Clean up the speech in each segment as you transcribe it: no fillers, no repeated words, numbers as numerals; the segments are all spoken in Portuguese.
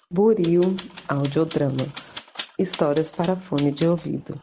Buril Audiodramas. Histórias para fone de ouvido.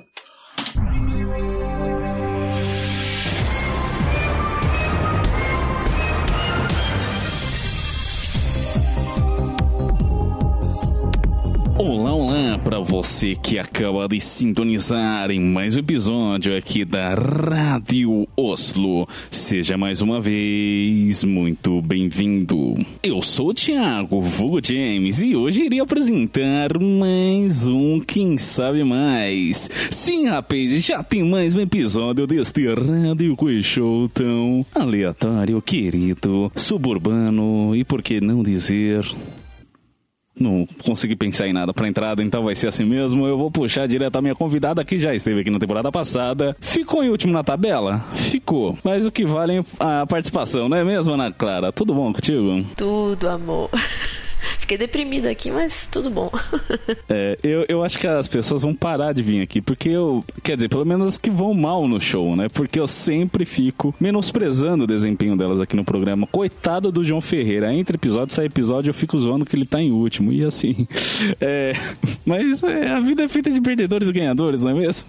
Olá para você que acaba de sintonizar em mais um episódio aqui da Rádio Oslo. Seja mais uma vez muito bem-vindo. Eu sou o Thiago, vulgo James, e hoje irei apresentar mais um Quem Sabe Mais. Sim, rapaz, já tem mais um episódio deste Rádio Quiz Show tão aleatório, querido, suburbano e por que não dizer... Não consegui pensar em nada pra entrada, então vai ser assim mesmo. Eu vou puxar direto a minha convidada, que já esteve aqui na temporada passada. Ficou em último na tabela? Ficou. Mas o que vale é a participação, não é mesmo, Ana Clara? Tudo bom contigo? Tudo, amor. Fiquei deprimida aqui, mas tudo bom. Eu acho que as pessoas vão parar de vir aqui, porque quer dizer, pelo menos as que vão mal no show, né? Porque eu sempre fico menosprezando o desempenho delas aqui no programa. Coitado do João Ferreira. Entre episódio e sai episódio, eu fico zoando que ele tá em último. E assim, mas a vida é feita de perdedores e ganhadores, não é mesmo?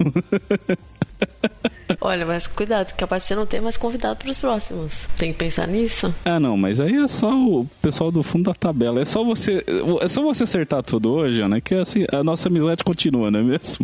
Olha, mas cuidado, capaz de você não ter mais convidado para os próximos. Tem que pensar nisso? Ah, não, mas aí é só o pessoal do fundo da tabela. É só você acertar tudo hoje, né? Que assim, a nossa amizade continua, não é mesmo?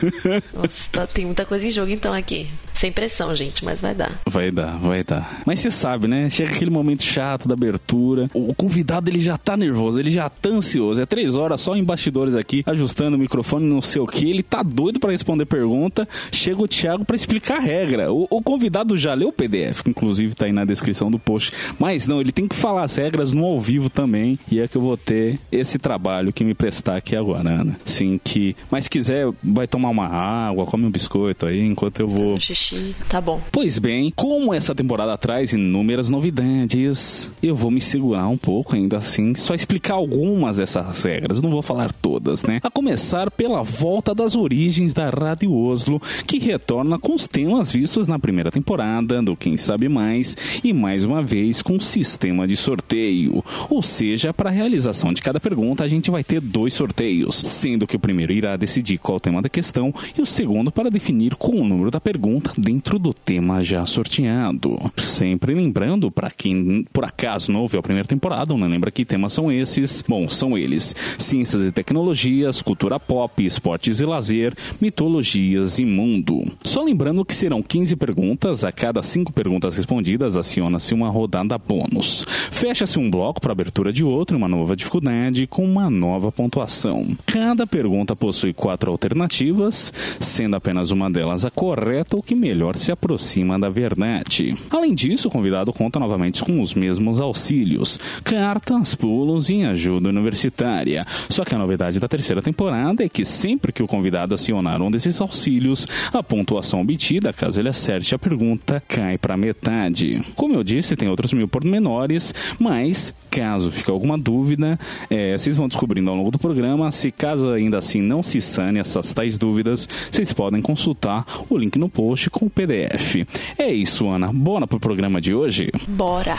Nossa, tem muita coisa em jogo então aqui. Sem pressão, gente, mas vai dar. Vai dar. Mas você sabe, né? Chega aquele momento chato da abertura. O convidado, ele já tá nervoso, ele já tá ansioso. É 3 horas só em bastidores aqui, ajustando o microfone, não sei o que. Ele tá doido pra responder pergunta. Chega o Thiago pra explicar a regra. O convidado já leu o PDF, que inclusive tá aí na descrição do post. Mas não, ele tem que falar as regras no ao vivo também. E é que eu vou ter esse trabalho que me prestar aqui agora, Ana. Sim, que... Mas se quiser, vai tomar uma água, come um biscoito aí, enquanto eu vou... Xixi, tá bom. Pois bem, como essa temporada traz inúmeras novidades, eu vou me segurar um pouco ainda assim, só explicar algumas dessas regras, não vou falar todas, né? A começar pela volta das origens da Rádio Oslo, que retorna com os temas vistos na primeira temporada do Quem Sabe Mais, e mais uma vez com sistema de sorteio, ou seja, para a realização de cada pergunta a gente vai ter 2 sorteios, sendo que o primeiro irá decidir qual o tema da questão e o segundo para definir qual o número da pergunta dentro do tema já sorteado. Sempre lembrando, para quem por acaso não ouviu a primeira temporada ou não lembra que temas são esses, bom, são eles: ciências e tecnologias, cultura pop, esportes e lazer, mitologias e mundo. Só lembrando que serão 15 perguntas, a cada 5 perguntas respondidas aciona-se uma rodada bônus. Fecha-se um bloco para abertura de outro, uma nova dificuldade com uma nova pontuação. Cada pergunta possui 4 alternativas, sendo apenas uma delas a correta ou que melhor se aproxima da verdade. Além disso, o convidado conta novamente com os mesmos auxílios: cartas, pulos e ajuda universitária. Só que a novidade da terceira temporada é que sempre que o convidado acionar um desses auxílios, a pontuação obtida, caso ele acerte a pergunta, cai para metade. Como eu disse, tem outros 1000 pormenores, mas caso fique alguma dúvida, vocês vão descobrindo ao longo do programa. Se caso ainda assim não se sane essas tais dúvidas, vocês podem consultar o link no post com o PDF. É isso, Ana. Bora pro programa de hoje? Bora!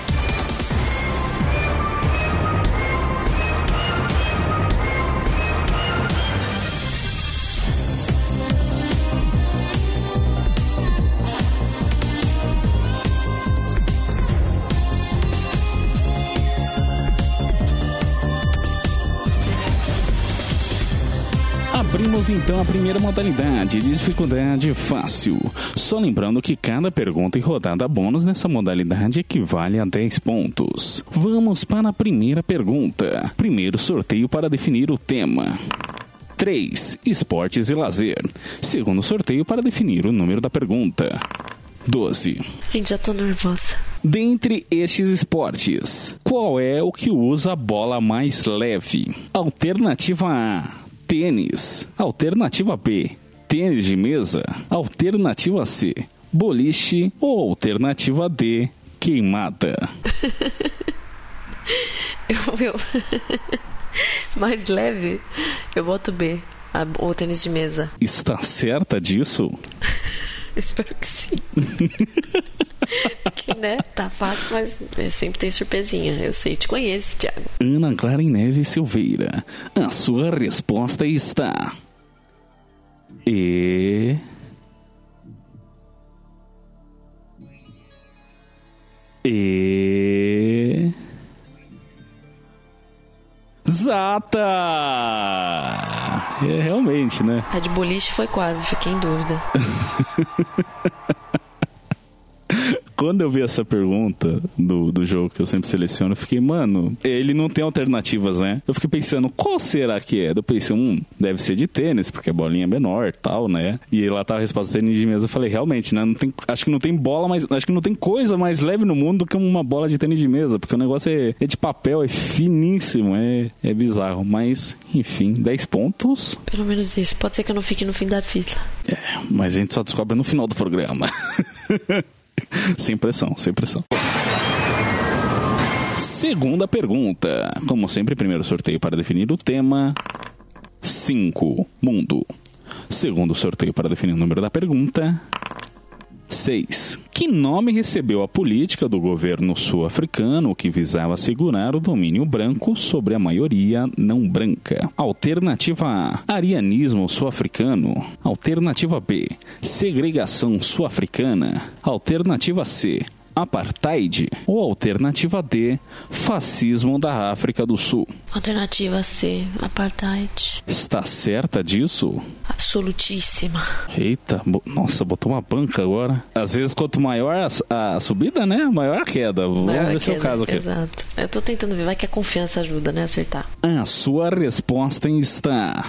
Abrimos então a primeira modalidade de dificuldade fácil. Só lembrando que cada pergunta e rodada bônus nessa modalidade equivale a 10 pontos. Vamos para a primeira pergunta. Primeiro sorteio para definir o tema. 3. Esportes e lazer. Segundo sorteio para definir o número da pergunta. 12. Gente, já tô nervosa. Dentre estes esportes, qual é o que usa a bola mais leve? Alternativa A: tênis. Alternativa B: tênis de mesa. Alternativa C: boliche. Ou alternativa D: queimada. Mais leve, eu boto B, o tênis de mesa. Está certa disso? Eu espero que sim. Que, né? Tá fácil, mas sempre tem surpresinha. Eu sei, te conheço, Thiago. Ana Clara Neves Silveira, a sua resposta está... Exata! É, realmente, né? A de boliche foi quase, fiquei em dúvida. Quando eu vi essa pergunta do jogo que eu sempre seleciono, eu fiquei, mano, ele não tem alternativas, né? Eu fiquei pensando, qual será que é? Eu pensei, deve ser de tênis, porque a bolinha é menor e tal, né? E lá tava a resposta tênis de mesa. Eu falei, realmente, né? Acho que não tem bola mais. Acho que não tem coisa mais leve no mundo do que uma bola de tênis de mesa, porque o negócio é de papel, é finíssimo, é bizarro. Mas, enfim, 10 pontos. Pelo menos isso. Pode ser que eu não fique no fim da fila. É, mas a gente só descobre no final do programa. Sem pressão, sem pressão. Segunda pergunta. Como sempre, primeiro sorteio para definir o tema. 5. Mundo. Segundo sorteio para definir o número da pergunta. 6. Que nome recebeu a política do governo sul-africano que visava assegurar o domínio branco sobre a maioria não branca? Alternativa A, arianismo sul-africano. Alternativa B, segregação sul-africana. Alternativa C, apartheid. Ou alternativa D, fascismo da África do Sul. Alternativa C, apartheid. Está certa disso? Absolutíssima. Eita, nossa, botou uma banca agora. Às vezes, quanto maior a subida, né? Maior a queda. Vamos ver se é o caso aqui. Exato. Eu tô tentando ver, vai que a confiança ajuda, né? Acertar. A sua resposta está...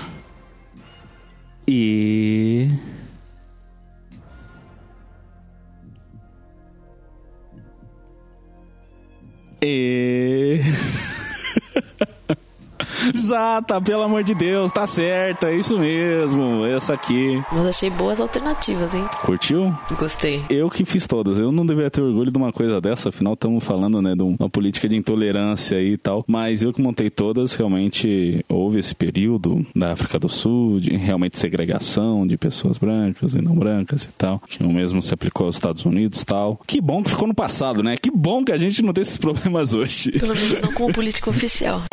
Exata, pelo amor de Deus, tá certo, é isso mesmo, essa aqui. Mas achei boas alternativas, hein? Curtiu? Gostei. Eu que fiz todas, eu não deveria ter orgulho de uma coisa dessa, afinal estamos falando, né, de uma política de intolerância e tal, mas eu que montei todas, realmente houve esse período da África do Sul, de realmente segregação de pessoas brancas e não brancas e tal, que o mesmo se aplicou aos Estados Unidos e tal. Que bom que ficou no passado, né? Que bom que a gente não tem esses problemas hoje. Pelo menos não como política oficial.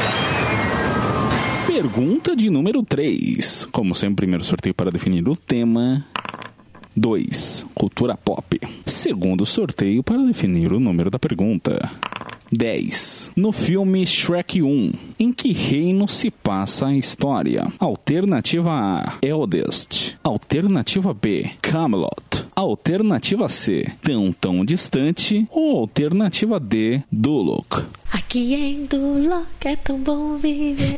Pergunta de número 3. Como sempre, primeiro sorteio para definir o tema. 2. Cultura pop. Segundo sorteio para definir o número da pergunta. 10. No filme Shrek 1, em que reino se passa a história? Alternativa A, Eldest. Alternativa B, Camelot. Alternativa C, Tão Distante. Ou alternativa D, Duloc. Aqui em Duloc é tão bom viver.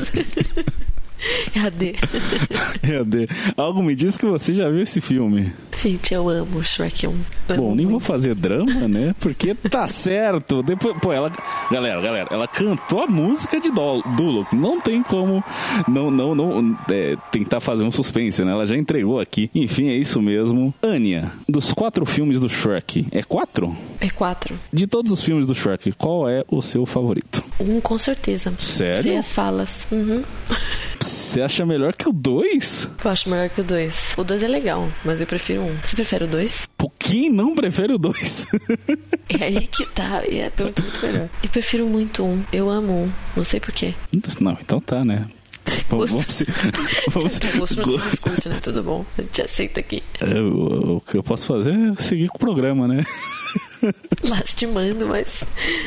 É a D. É a D. Algo me diz que você já viu esse filme. Gente, eu amo Shrek 1. Bom, nem vou fazer drama, né? Porque tá certo. Depois, pô, galera, ela cantou a música de Duloc. Não tem como não tentar fazer um suspense, né? Ela já entregou aqui. Enfim, é isso mesmo. Ania, dos 4 filmes do Shrek, é 4? É 4. De todos os filmes do Shrek, qual é o seu favorito? 1, com certeza. Sério? Sei as falas. Uhum. Você acha melhor que o 2? Eu acho melhor que o 2. O 2 é legal, mas eu prefiro 1. Você prefere o 2? Por quem não prefere o 2? É aí que tá. E é muito melhor. Eu prefiro muito 1. Eu amo 1. Não sei porquê. Não, então tá, né? Gosto não se discute, né? Tudo bom. A gente aceita aqui. O que eu posso fazer é seguir com o programa, né? Lastimando, mas...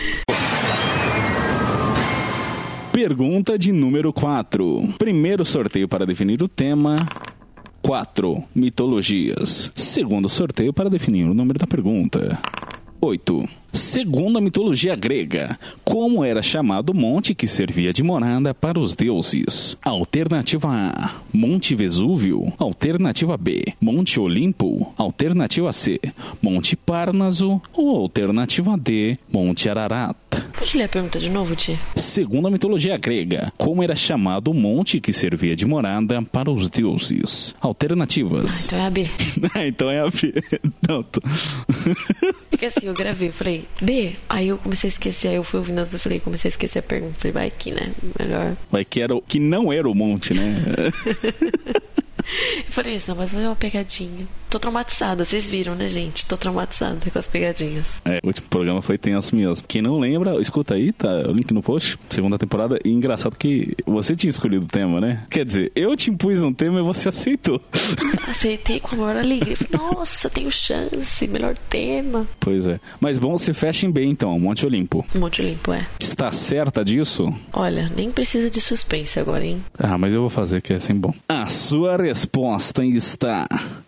Pergunta de número 4. Primeiro sorteio para definir o tema. 4. Mitologias. Segundo sorteio para definir o número da pergunta. 8. Segundo a mitologia grega, como era chamado o monte que servia de morada para os deuses? Alternativa A, Monte Vesúvio. Alternativa B, Monte Olimpo. Alternativa C, Monte Parnaso. Ou alternativa D, Monte Ararat. Pode ler a pergunta de novo, Ti? Segundo a mitologia grega, como era chamado o monte que servia de morada para os deuses? Alternativas. Então é a B. Então é a B. Não, É que assim, eu gravei, eu falei, B. Aí eu comecei a esquecer, aí eu fui ouvindo as, eu falei, comecei a esquecer a pergunta. Falei, vai aqui, né? Melhor. Vai que não era o monte, né? Eu falei assim, não, mas vai fazer uma pegadinha. Tô traumatizada, vocês viram, né, gente? Tô traumatizada com as pegadinhas. O último programa foi tenso mesmo. Quem não lembra, escuta aí, tá? O link no post. Segunda temporada. E engraçado que você tinha escolhido o tema, né? Quer dizer, eu te impus um tema e você aceitou. Aceitei com a maior alegria. Falei, nossa, tenho chance, melhor tema. Pois é. Mas bom, se fechem bem então, Monte Olimpo. Monte Olimpo, é. Está certa disso? Olha, nem precisa de suspense agora, hein? Ah, mas eu vou fazer que é assim bom. A sua resposta está...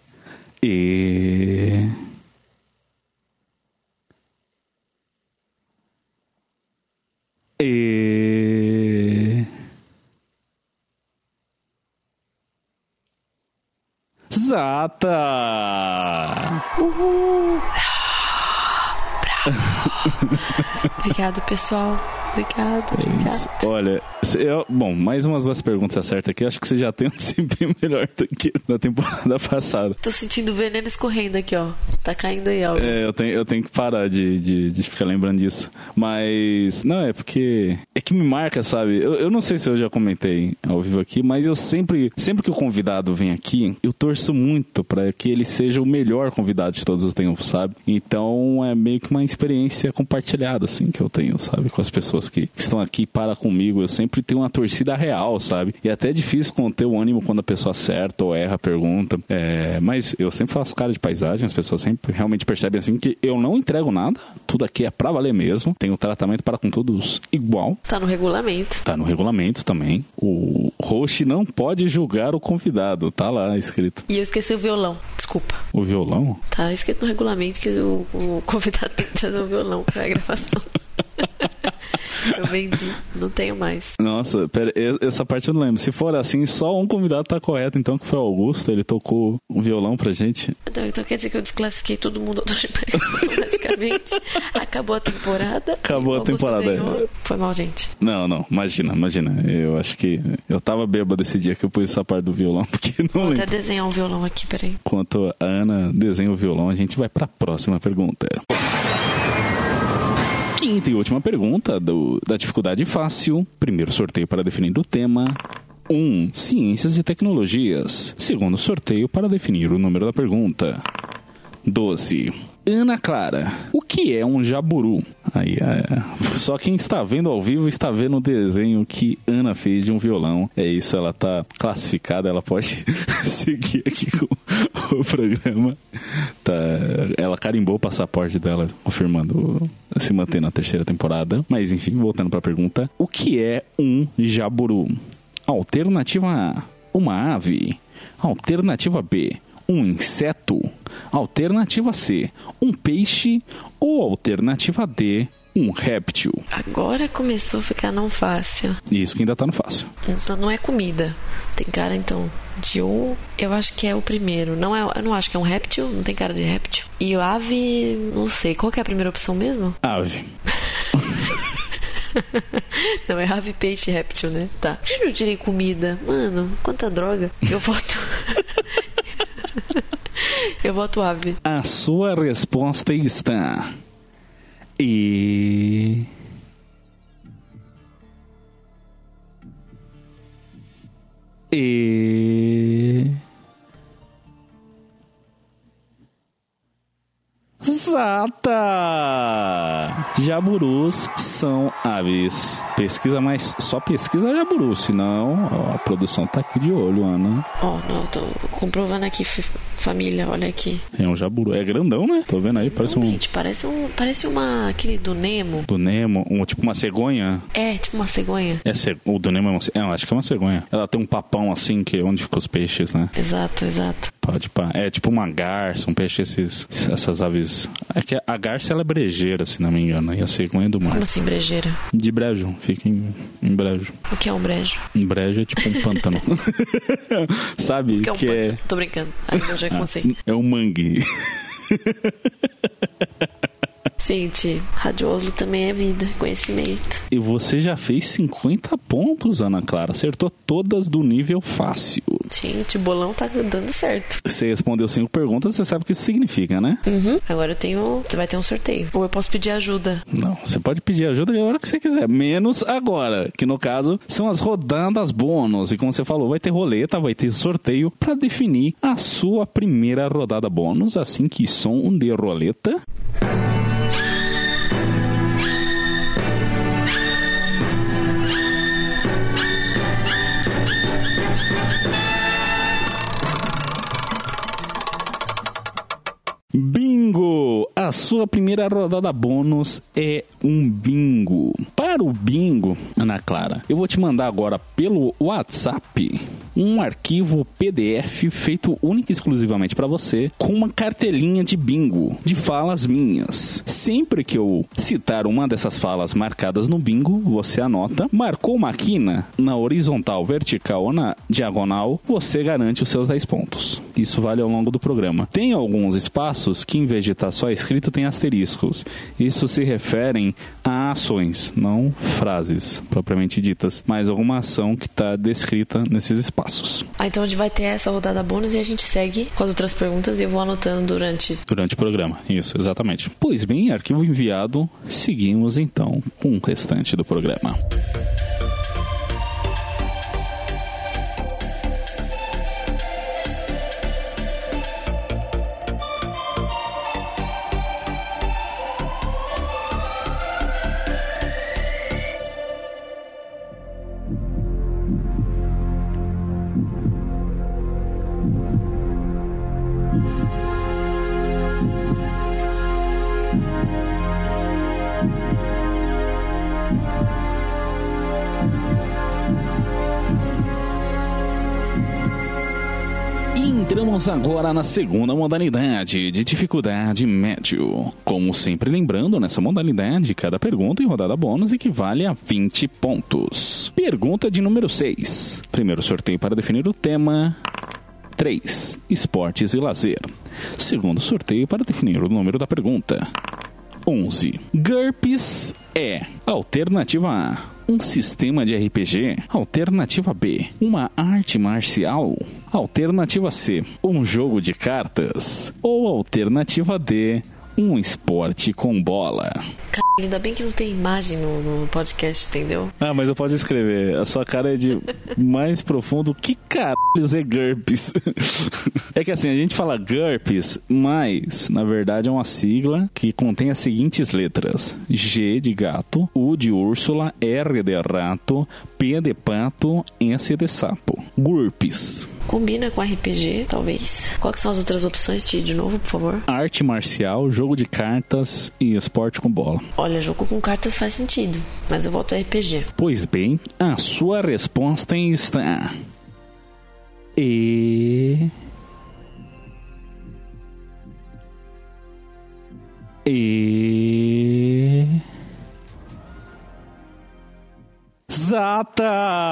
Exata! Uhul! Bravo! Obrigado, pessoal. Obrigado. Olha, bom, mais umas 2 perguntas acertas aqui. Acho que você já tem um desempenho melhor do que na temporada passada. Tô sentindo veneno escorrendo aqui, ó. Tá caindo aí algo. Eu tenho que parar de ficar lembrando disso. Mas, não, é porque... É que me marca, sabe? Eu não sei se eu já comentei ao vivo aqui, mas eu sempre que o convidado vem aqui, eu torço muito pra que ele seja o melhor convidado de todos os tempos, sabe? Então, é meio que uma experiência compartilhada, assim, que eu tenho, sabe? Com as pessoas que estão aqui para comigo. Eu sempre tenho uma torcida real, sabe? E até é difícil conter o ânimo quando a pessoa acerta ou erra a pergunta. Mas eu sempre faço cara de paisagem, as pessoas sempre realmente percebem assim que eu não entrego nada, tudo aqui é pra valer mesmo. Tenho tratamento para com todos igual. Tá no regulamento. Tá no regulamento também. O host não pode julgar o convidado, tá lá escrito. E eu esqueci o violão, desculpa. O violão? Tá escrito no regulamento que o convidado tem que trazer um violão pra gravação. Eu vendi, não tenho mais. Nossa, pera, essa parte eu não lembro. Se for assim, só um convidado tá correto, então, que foi o Augusto, ele tocou um violão pra gente. Então quer dizer que eu desclassifiquei todo mundo automaticamente. Acabou a temporada. Acabou a temporada. Ganhou. Foi mal, gente. Não, imagina. Eu acho que eu tava bêbado esse dia que eu pus essa parte do violão, porque não Vou lembro. até desenhar um violão aqui, peraí. Enquanto a Ana desenha o violão, a gente vai pra próxima pergunta. Quinta e última pergunta da dificuldade fácil. Primeiro sorteio para definir o tema. 1. Ciências e tecnologias. Segundo sorteio para definir o número da pergunta. 12. Ana Clara, o que é um jaburu? Só quem está vendo ao vivo está vendo o desenho que Ana fez de um violão. É isso, ela está classificada, ela pode seguir aqui com o programa. Ela carimbou o passaporte dela, confirmando se manter na 3ª temporada. Mas enfim, voltando para a pergunta. O que é um jaburu? Alternativa A, uma ave. Alternativa B, um inseto. Alternativa C, um peixe. Ou alternativa D, um réptil. Agora começou a ficar não fácil. Isso que ainda tá no fácil. Então não é comida. Tem cara, então, de um... Eu acho que é o primeiro. Eu não acho que é um réptil. Não tem cara de réptil. E o ave... Não sei. Qual que é a primeira opção mesmo? Ave. Não, é ave, peixe, réptil, né? Tá. Por que eu tirei comida? Mano, quanta droga. Eu voto... Eu voto ave. A sua resposta está... Exata! Jaburus são aves. Pesquisa, mas só pesquisa jaburu, senão a produção tá aqui de olho, Ana. Não, tô comprovando aqui, família, olha aqui. É um jaburu, é grandão, né? Tô vendo aí, parece gente, parece aquele do Nemo. Do Nemo, tipo uma cegonha. É, tipo uma cegonha. O do Nemo eu acho que é uma cegonha. Ela tem um papão assim, que é onde ficam os peixes, né? Exato. Pode pá. É tipo uma garça, um peixe, essas aves. É que a garça ela é brejeira, se não me engano, e a cegonha é do mar. Como assim brejeira? De brejo, fica em brejo. O que é um brejo? Um brejo é tipo um pântano. Sabe? O que é um pântano? Tô brincando. Eu já consigo. É um mangue. Gente, Rádio Oslo também é vida, conhecimento. E você já fez 50 pontos, Ana Clara. Acertou todas do nível fácil. Gente, o bolão tá dando certo. Você respondeu 5 perguntas, você sabe o que isso significa, né? Agora você vai ter um sorteio. Ou eu posso pedir ajuda. Não, você pode pedir ajuda a hora que você quiser. Menos agora, que no caso são as rodadas bônus. E como você falou, vai ter roleta, vai ter sorteio pra definir a sua primeira rodada bônus. Assim que som de roleta. Bingo! A sua primeira rodada bônus é um bingo. Para o bingo, Ana Clara, eu vou te mandar agora pelo WhatsApp um arquivo PDF feito única e exclusivamente para você, com uma cartelinha de bingo, de falas minhas. Sempre que eu citar uma dessas falas marcadas no bingo, você anota. Marcou uma quina na horizontal, vertical ou na diagonal, você garante os seus 10 pontos. Isso vale ao longo do programa. Tem alguns espaços que, em vez de estar só escrito, tem asteriscos. Isso se referem a ações, não frases propriamente ditas, mas alguma ação que está descrita nesses espaços. Então a gente vai ter essa rodada bônus e a gente segue com as outras perguntas e eu vou anotando durante o programa. Isso, exatamente. Pois bem, arquivo enviado. Seguimos então com o restante do programa. Entramos agora na segunda modalidade de dificuldade médio. Como sempre, lembrando, nessa modalidade, cada pergunta em rodada bônus equivale a 20 pontos. Pergunta de número 6. Primeiro sorteio para definir o tema. 3. Esportes e lazer. Segundo sorteio para definir o número da pergunta. 11. GURPS é alternativa A, um sistema de RPG. Alternativa B, uma arte marcial. Alternativa C, um jogo de cartas. Ou alternativa D, um esporte com bola. Ainda bem que não tem imagem no podcast, entendeu? Ah, mas eu posso escrever. A sua cara é de mais profundo. Que caralhos é GURPS? É que assim, a gente fala GURPS, mas na verdade é uma sigla que contém as seguintes letras: G de gato, U de Úrsula, R de rato, P de pato, S de sapo. GURPS. Combina com RPG, talvez. Quais são as outras opções, Ti, de novo, por favor? Arte marcial, jogo de cartas e esporte com bola. Olha, jogo com cartas faz sentido, mas eu voto RPG. Pois bem, a sua resposta está... Exata!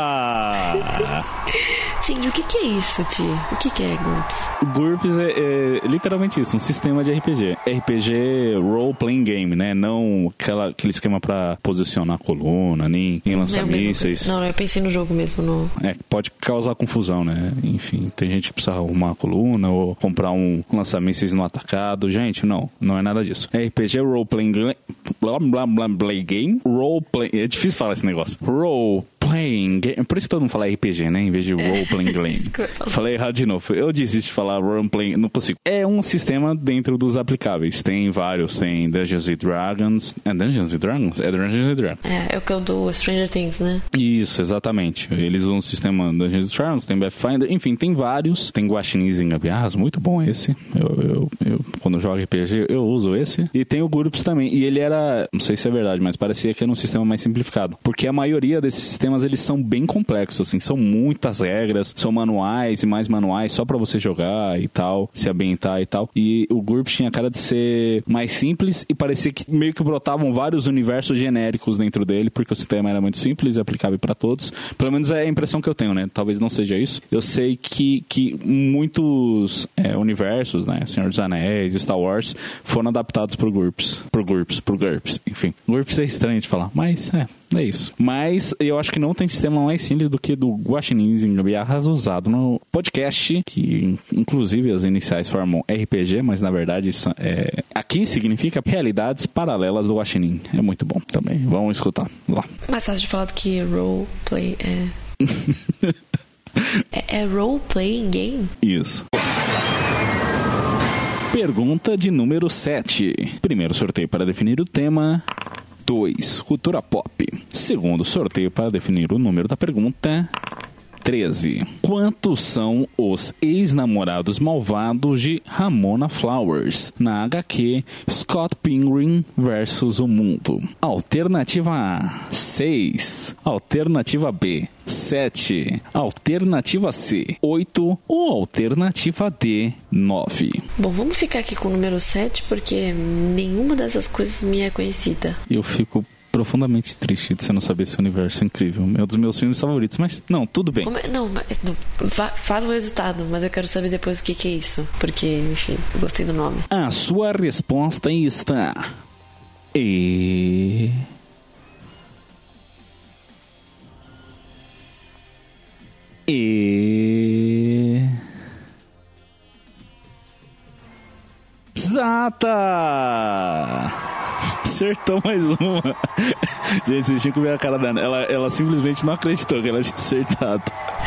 Gente, o que é isso, Ti? O que é GURPS? GURPS é literalmente isso, um sistema de RPG. RPG role-playing game, né? Não aquele esquema pra posicionar a coluna, nem lançar mísseis. Não, eu pensei no jogo mesmo. Pode causar confusão, né? Enfim, tem gente que precisa arrumar a coluna ou comprar um lança-mísseis no atacado. Gente, não é nada disso. RPG role-playing game. Game. Role-playing. É difícil falar esse negócio. Role-playing game. Por isso que todo mundo fala RPG, né? Em vez de role-playing game. Falei errado de novo. Eu desisto de falar role-playing. Não consigo. É um sistema dentro dos aplicáveis. Tem vários. Tem Dungeons & Dragons. É Dungeons & Dragons? É Dungeons & Dragons. É o que eu do Stranger Things, né? Isso, exatamente. Eles usam o sistema Dungeons & Dragons. Tem Pathfinder. Enfim, tem vários. Tem Guaxinins em Gambiarras. Muito bom esse. Eu quando eu jogo RPG, eu uso esse. E tem o GURPS também. E ele era... Não sei se é verdade, mas parecia que era um sistema mais simplificado. Porque a maioria desses sistemas, eles são bem complexos, assim. São muitas regras. São manuais e mais manuais só pra você jogar e tal. Se ambientar e tal. E o GURPS tinha a cara de ser mais simples e parecia que meio que brotavam vários universos genéricos dentro dele, porque o sistema era muito simples e aplicável pra todos. Pelo menos é a impressão que eu tenho, né? Talvez não seja isso. Eu sei que muitos universos, né? Senhor dos Anéis, Star Wars, foram adaptados pro GURPS. Enfim, GURPS é estranho de falar, mas É isso. Mas eu acho que não tem sistema mais simples do que do Guaxinins em Gambiarras usado no podcast, que inclusive as iniciais formam RPG, mas na verdade aqui significa realidades paralelas do Guaxinim. É muito bom também. Vamos escutar lá. Mais fácil de falar do que roleplay é role-playing game? Isso. Pergunta de número 7. Primeiro sorteio para definir o tema. 2. Cultura pop. Segundo sorteio para definir o número da pergunta. 13. Quantos são os ex-namorados malvados de Ramona Flowers na HQ Scott Pilgrim vs. o Mundo? Alternativa A, 6. Alternativa B, 7. Alternativa C, 8. Ou alternativa D, 9. Bom, vamos ficar aqui com o número 7, porque nenhuma dessas coisas me é conhecida. Eu fico profundamente triste de você não saber esse universo incrível. É um dos meus filmes favoritos, mas não, tudo bem. Fala o resultado, mas eu quero saber depois o que é isso, porque, enfim, eu gostei do nome. A sua resposta está... Exata! Acertou mais uma. Gente, vocês tinham que ver a cara dela. Ela simplesmente não acreditou que ela tinha acertado.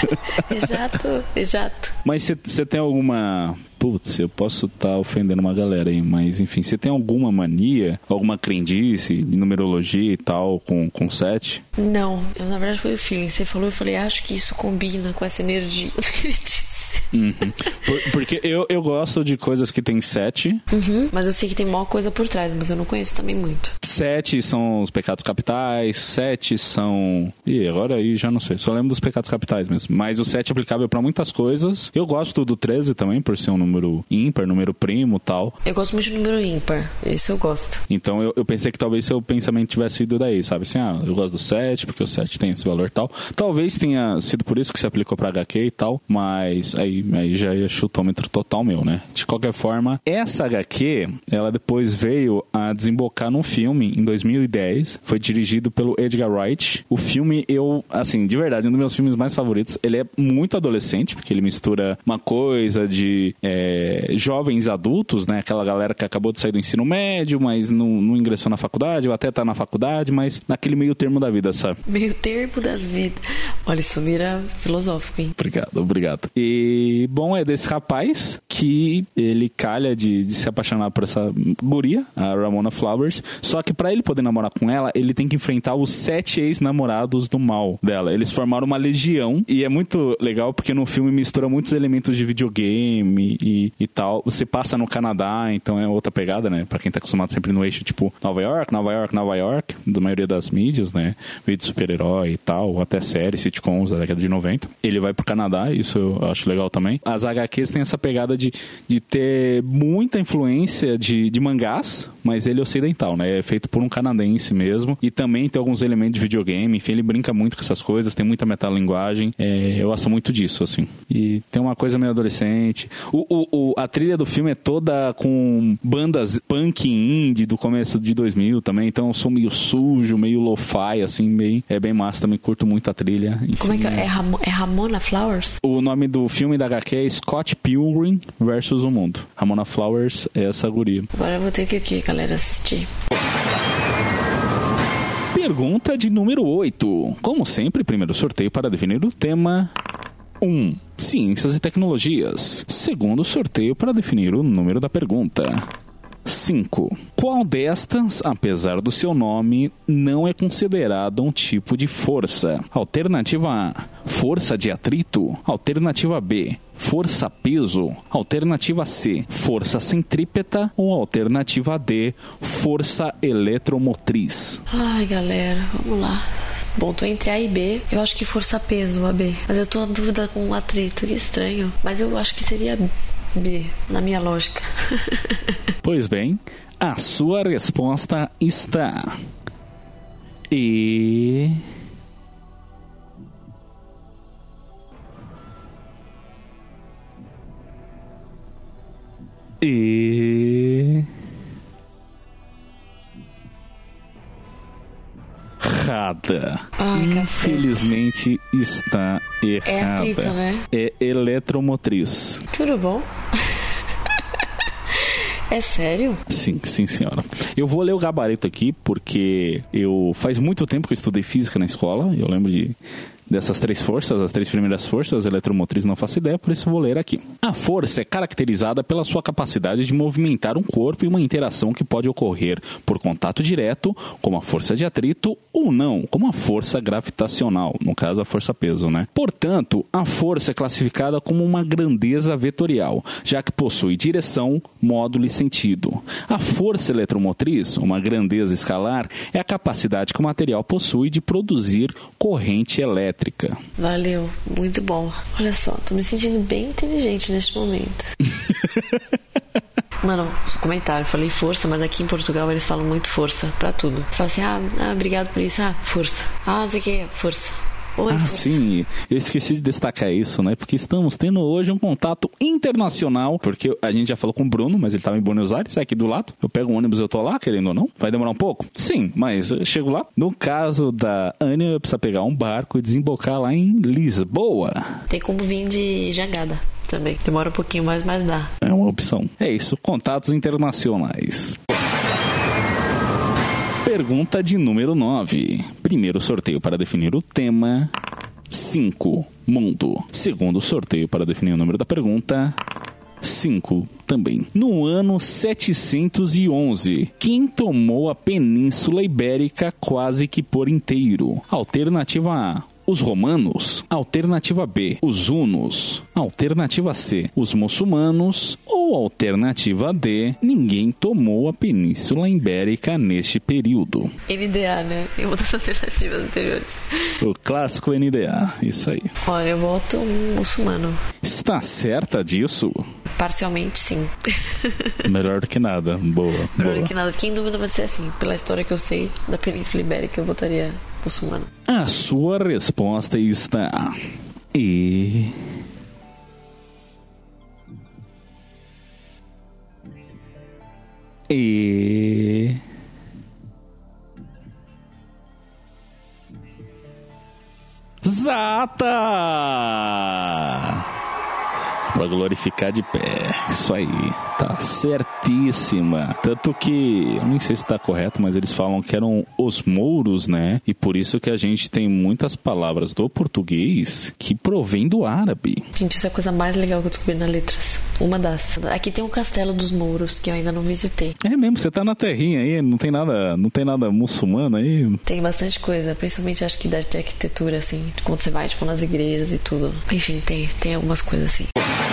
Exato. Mas você tem alguma... Putz, eu posso estar ofendendo uma galera aí, mas enfim, você tem alguma mania, alguma crendice em numerologia e tal com 7? Não, na verdade foi o feeling. Você falou, eu falei, acho que isso combina com essa energia do que eu disse. Uhum. Porque eu gosto de coisas que tem 7. Mas eu sei que tem maior coisa por trás, mas eu não conheço também muito. 7 são os pecados capitais, 7 são... agora aí já não sei, só lembro dos pecados capitais mesmo. Mas o 7 é aplicável pra muitas coisas. Eu gosto do 13 também, por ser um número ímpar, número primo e tal. Eu gosto muito de número ímpar, isso eu gosto. Então eu pensei que talvez seu pensamento tivesse ido daí, sabe? Assim, eu gosto do 7, porque o 7 tem esse valor e tal. Talvez tenha sido por isso que se aplicou pra HQ e tal, mas aí já é chutômetro total meu, né? De qualquer forma, essa HQ, ela depois veio a desembocar num filme em 2010. Foi dirigido pelo Edgar Wright. O filme, de verdade, um dos meus filmes mais favoritos. Ele é muito adolescente, porque ele mistura uma coisa de jovens adultos, né? Aquela galera que acabou de sair do ensino médio, mas não ingressou na faculdade, ou até tá na faculdade, mas naquele meio termo da vida, sabe? Meio termo da vida. Olha, isso vira filosófico, hein? Obrigado. E, bom, é desse rapaz que ele calha de se apaixonar por essa guria, a Ramona Flowers, só que pra ele poder namorar com ela, ele tem que enfrentar os 7 ex-namorados do mal dela. Eles formaram uma legião, e é muito legal porque no filme mistura muitos elementos de videogame e tal. Você passa no Canadá, então é outra pegada, né? Pra quem tá acostumado sempre no eixo, tipo, Nova York, da maioria das mídias, né? Vídeo super-herói e tal, ou até séries, sitcoms da década de 90. Ele vai pro Canadá, isso eu acho legal também. As HQs têm essa pegada de ter muita influência de mangás, mas ele é ocidental, né? É feito por um canadense mesmo, e também tem alguns elementos de videogame, enfim, ele brinca muito com essas coisas, tem muita metalinguagem, eu gosto muito disso, assim. E tem uma coisa meio adolescente. A trilha do filme é toda com bandas punk indie do começo de 2000 também, então eu sou meio sujo, meio lo-fi, assim, é bem massa, também curto muito a trilha. Enfim, como é que é? É Ramona Flowers? O nome do filme da HQ é Scott Pilgrim vs. o Mundo. Ramona Flowers é essa guria. Agora eu vou ter que galera, assistir. Pergunta de número 8. Como sempre, primeiro sorteio para definir o tema. 1. Ciências e tecnologias. Segundo sorteio para definir o número da pergunta. 5. Qual destas, apesar do seu nome, não é considerada um tipo de força? Alternativa A, força de atrito. Alternativa B, força-peso. Alternativa C, força centrípeta. Ou alternativa D, força eletromotriz. Ai, galera, vamos lá. Bom, tô entre A e B. Eu acho que força-peso, a B. Mas eu tô na dúvida com o atrito, que estranho. Mas eu acho que seria B, na minha lógica. Pois bem, a sua resposta está... errada. Ai, Infelizmente está errada. É atrito, né? É eletromotriz. Tudo bom? É sério? Sim, senhora. Eu vou ler o gabarito aqui porque faz muito tempo que eu estudei física na escola. Eu lembro dessas três forças, as três primeiras forças, eletromotriz não faço ideia, por isso eu vou ler aqui. A força é caracterizada pela sua capacidade de movimentar um corpo e uma interação que pode ocorrer por contato direto, como a força de atrito, ou não, como a força gravitacional, no caso a força-peso, né? Portanto, a força é classificada como uma grandeza vetorial, já que possui direção, módulo e sentido. A força eletromotriz, uma grandeza escalar, é a capacidade que o material possui de produzir corrente elétrica. Valeu, muito bom. Olha só, tô me sentindo bem inteligente neste momento. Mano, comentário, falei força, mas aqui em Portugal eles falam muito força pra tudo. Você fala assim, obrigado por isso, força. Não sei o que, força. Oi, força. Sim, eu esqueci de destacar isso, né? Porque estamos tendo hoje um contato internacional, porque a gente já falou com o Bruno, mas ele estava em Buenos Aires, é aqui do lado. Eu pego o ônibus, eu tô lá, querendo ou não. Vai demorar um pouco? Sim, mas eu chego lá. No caso da Ania, eu preciso pegar um barco e desembocar lá em Lisboa. Tem como vir de Jangada também. Demora um pouquinho mais, mas dá. É uma opção. É isso, contatos internacionais. Pergunta de número 9. Primeiro sorteio para definir o tema: 5. Mundo. Segundo sorteio para definir o número da pergunta: 5 também. No ano 711, quem tomou a Península Ibérica quase que por inteiro? Alternativa A: os romanos. Alternativa B: os hunos. Alternativa C: os muçulmanos. Ou alternativa D: ninguém tomou a Península Ibérica neste período. NDA, né? Em uma das alternativas anteriores. O clássico NDA, isso aí. Olha, eu voto muçulmano. Está certa disso? Parcialmente, sim. Melhor do que nada. Boa. Melhor do que nada. Fiquei em dúvida, vai ser assim. Pela história que eu sei da Península Ibérica, eu votaria muçulmano. A sua resposta está... Exata! Pra glorificar de pé. Isso aí. Tá certíssima. Tanto que, eu nem sei se tá correto, mas eles falam que eram os mouros, né? E por isso que a gente tem muitas palavras do português que provém do árabe. Gente, isso é a coisa mais legal que eu descobri nas letras. Uma das. Aqui tem o Castelo dos Mouros, que eu ainda não visitei. É mesmo, você tá na terrinha aí, não tem nada muçulmano aí? Tem bastante coisa, principalmente acho que de arquitetura, assim. Quando você vai, tipo, nas igrejas e tudo. Enfim, tem algumas coisas assim.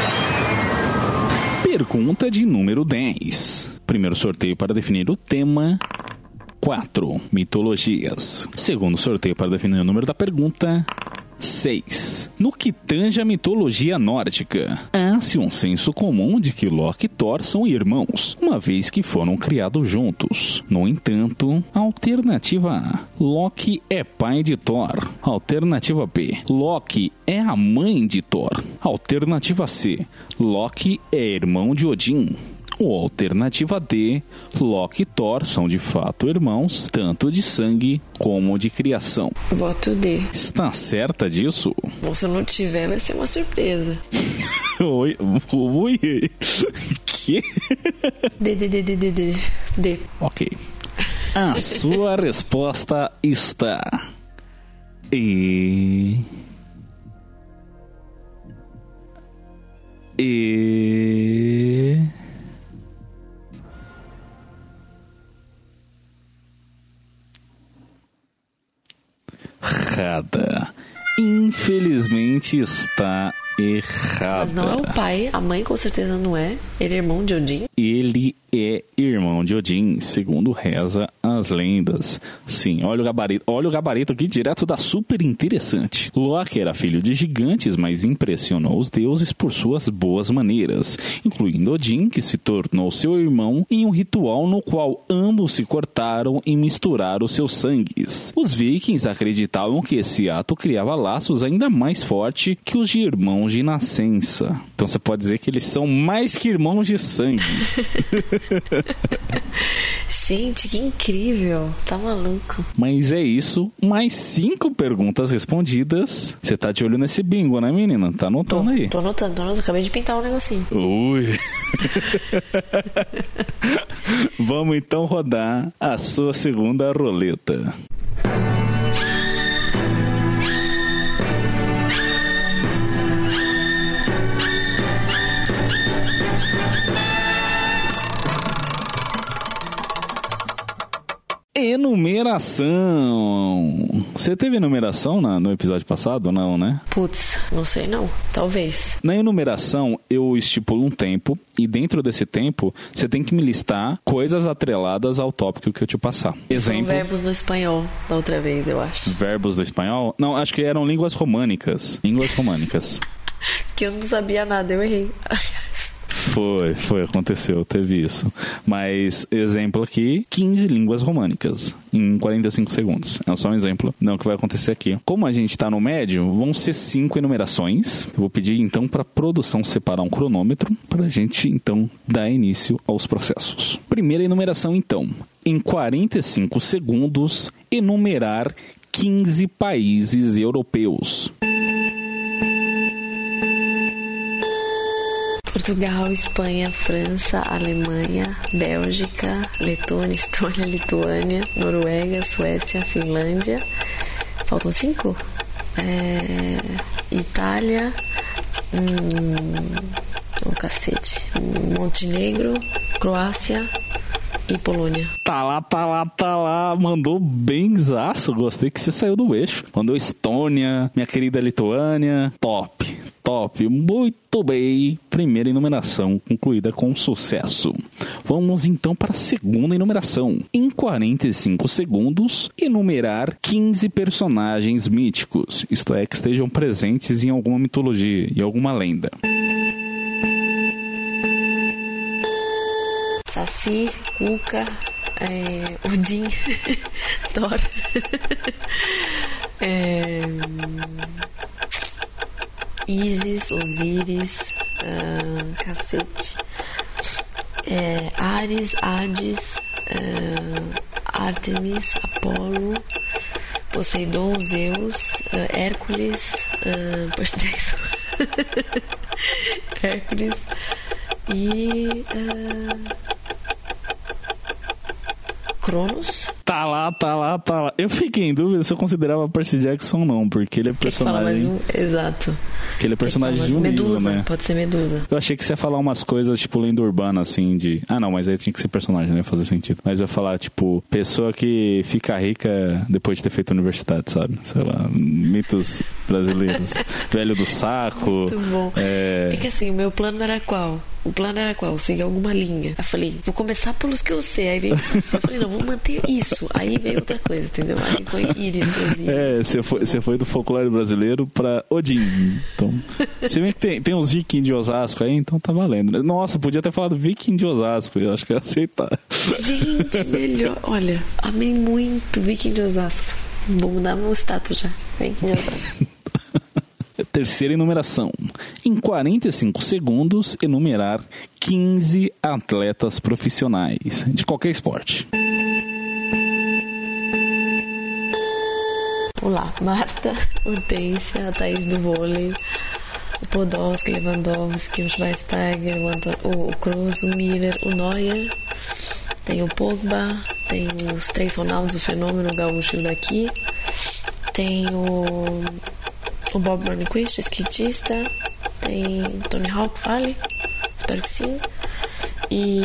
Pergunta de número 10. Primeiro sorteio para definir o tema: 4. Mitologias. Segundo sorteio para definir o número da pergunta: 6. No que tange a mitologia nórdica, há-se um senso comum de que Loki e Thor são irmãos, uma vez que foram criados juntos. No entanto, alternativa A: Loki é pai de Thor. Alternativa B: Loki é a mãe de Thor. Alternativa C: Loki é irmão de Odin. Ou alternativa D: Loki e Thor são de fato irmãos, tanto de sangue como de criação. Voto D. Está certa disso? Bom, se eu não tiver, vai ser uma surpresa. Oi? Que? D. Ok. A sua resposta está... Errada. Infelizmente está errada. Mas não é o pai, a mãe com certeza não é. Ele é irmão de Odin. Ele é irmão de Odin, segundo reza as lendas. Sim, olha o gabarito aqui direto da Super Interessante. Loki era filho de gigantes, mas impressionou os deuses por suas boas maneiras, incluindo Odin, que se tornou seu irmão em um ritual no qual ambos se cortaram e misturaram seus sangues. Os vikings acreditavam que esse ato criava laços ainda mais fortes que os de irmãos irmãos de nascença. Então você pode dizer que eles são mais que irmãos de sangue. Gente, que incrível. Tá maluco. Mas é isso. Mais 5 perguntas respondidas. Você tá de olho nesse bingo, né, menina? Tá anotando aí. Tô anotando. Acabei de pintar um negocinho. Ui. Vamos então rodar a sua segunda roleta. Enumeração. Você teve enumeração no episódio passado? Não, né? Putz, não sei não. Talvez. Na enumeração, eu estipulo um tempo e dentro desse tempo, você tem que me listar coisas atreladas ao tópico que eu te passar. Exemplo. São verbos do espanhol da outra vez, eu acho. Verbos do espanhol? Não, acho que eram línguas românicas. Línguas românicas. Que eu não sabia nada, eu errei. Aconteceu, teve isso. Mas, exemplo aqui, 15 línguas românicas em 45 segundos. É só um exemplo, não que vai acontecer aqui. Como a gente tá no médio, vão ser 5 enumerações. Eu vou pedir, então, pra produção separar um cronômetro pra gente, então, dar início aos processos. Primeira enumeração, então. Em 45 segundos, enumerar 15 países europeus. Portugal, Espanha, França, Alemanha, Bélgica, Letônia, Estônia, Lituânia, Noruega, Suécia, Finlândia. Faltam 5? Itália, Montenegro, Croácia e Polônia. Tá lá. Mandou benzaço. Gostei que você saiu do eixo. Mandou Estônia, minha querida Lituânia. Top. Muito bem. Primeira enumeração concluída com sucesso. Vamos então para a segunda enumeração. Em 45 segundos, enumerar 15 personagens míticos. Isto é, que estejam presentes em alguma mitologia, em alguma lenda. Saci, Cuca, Odin, Thor, Isis, Osíris, Ares, Hades, Ártemis, Apolo, Poseidon, Zeus, Hércules, Percy Jackson, Hércules e Cronos. Tá lá. Eu fiquei em dúvida se eu considerava Percy Jackson ou não, porque ele é personagem... Exato. Porque ele é personagem de um Medusa, livro, né? Pode ser Medusa. Eu achei que você ia falar umas coisas, tipo, lenda urbana, assim, de... Ah, não, mas aí tinha que ser personagem, né? Fazer sentido. Mas eu ia falar, tipo, pessoa que fica rica depois de ter feito universidade, sabe? Sei lá, mitos brasileiros. Velho do saco. Muito bom. É que assim, o meu plano era qual? Seguir alguma linha. Eu falei, vou começar pelos que eu sei. Aí veio eu falei, não, vou manter isso. Aí veio outra coisa, entendeu? Aí foi Íris. Você foi do folclore brasileiro pra Odin. Então, você vê que tem uns vikings de Osasco aí, então tá valendo. Nossa, podia ter falado viking de Osasco, eu acho que eu ia aceitar. Gente, melhor. Olha, amei muito viking de Osasco. Vou mudar meu status já. Viking de Osasco. Terceira enumeração. Em 45 segundos, enumerar 15 atletas profissionais de qualquer esporte. Olá, Marta, Hortência, a Thaís do vôlei, o Podolski, Lewandowski, o Schweinsteiger, o Kroos, o Miller, o Neuer, tem o Pogba, tem os 3 Ronaldos, o Fenômeno, o Gaúcho daqui, tem o Bob Burnquist, skatista, tem Tony Hawk, vale? Espero que sim. E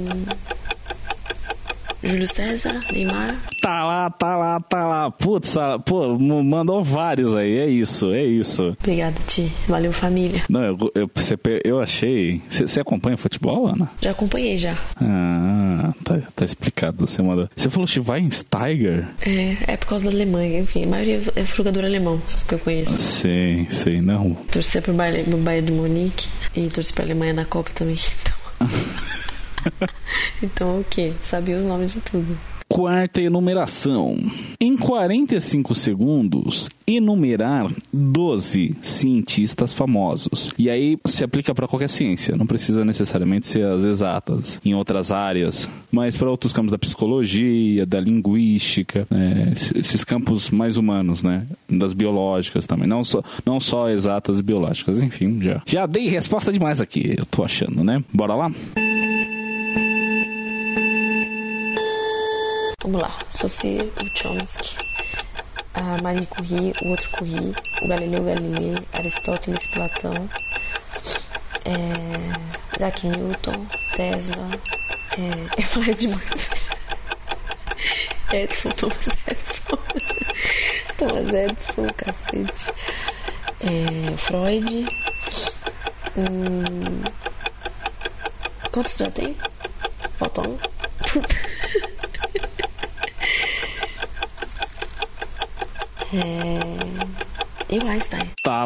Júlio César, Neymar. Tá lá. Putz, mandou vários aí, é isso. Obrigada, Ti. Valeu, família. Não, eu achei... Você acompanha futebol, Ana? Já acompanhei, já. Ah, tá explicado. Você falou Schweinsteiger? É por causa da Alemanha, enfim. A maioria é jogador alemão que eu conheço. Sei, não. Torcer pro Bayern de Munique e torcer pra Alemanha na Copa também, então... Então, o quê? Sabia os nomes de tudo. Quarta enumeração. Em 45 segundos, enumerar 12 cientistas famosos. E aí se aplica para qualquer ciência, não precisa necessariamente ser as exatas, em outras áreas, mas para outros campos da psicologia, da linguística, esses campos mais humanos, né? Das biológicas também, não só exatas e biológicas, enfim, já dei resposta demais aqui, eu tô achando, né? Bora lá? Vamos lá. Saussure, o Chomsky, a Marie Curie, o outro Curie, o Galileu Galilei, Aristóteles, Platão, Isaac Newton, Tesla, eu falei demais. Edison, Thomas Edison, cacete. Freud. Quantos já tem? Falta um. E o Einstein. Tá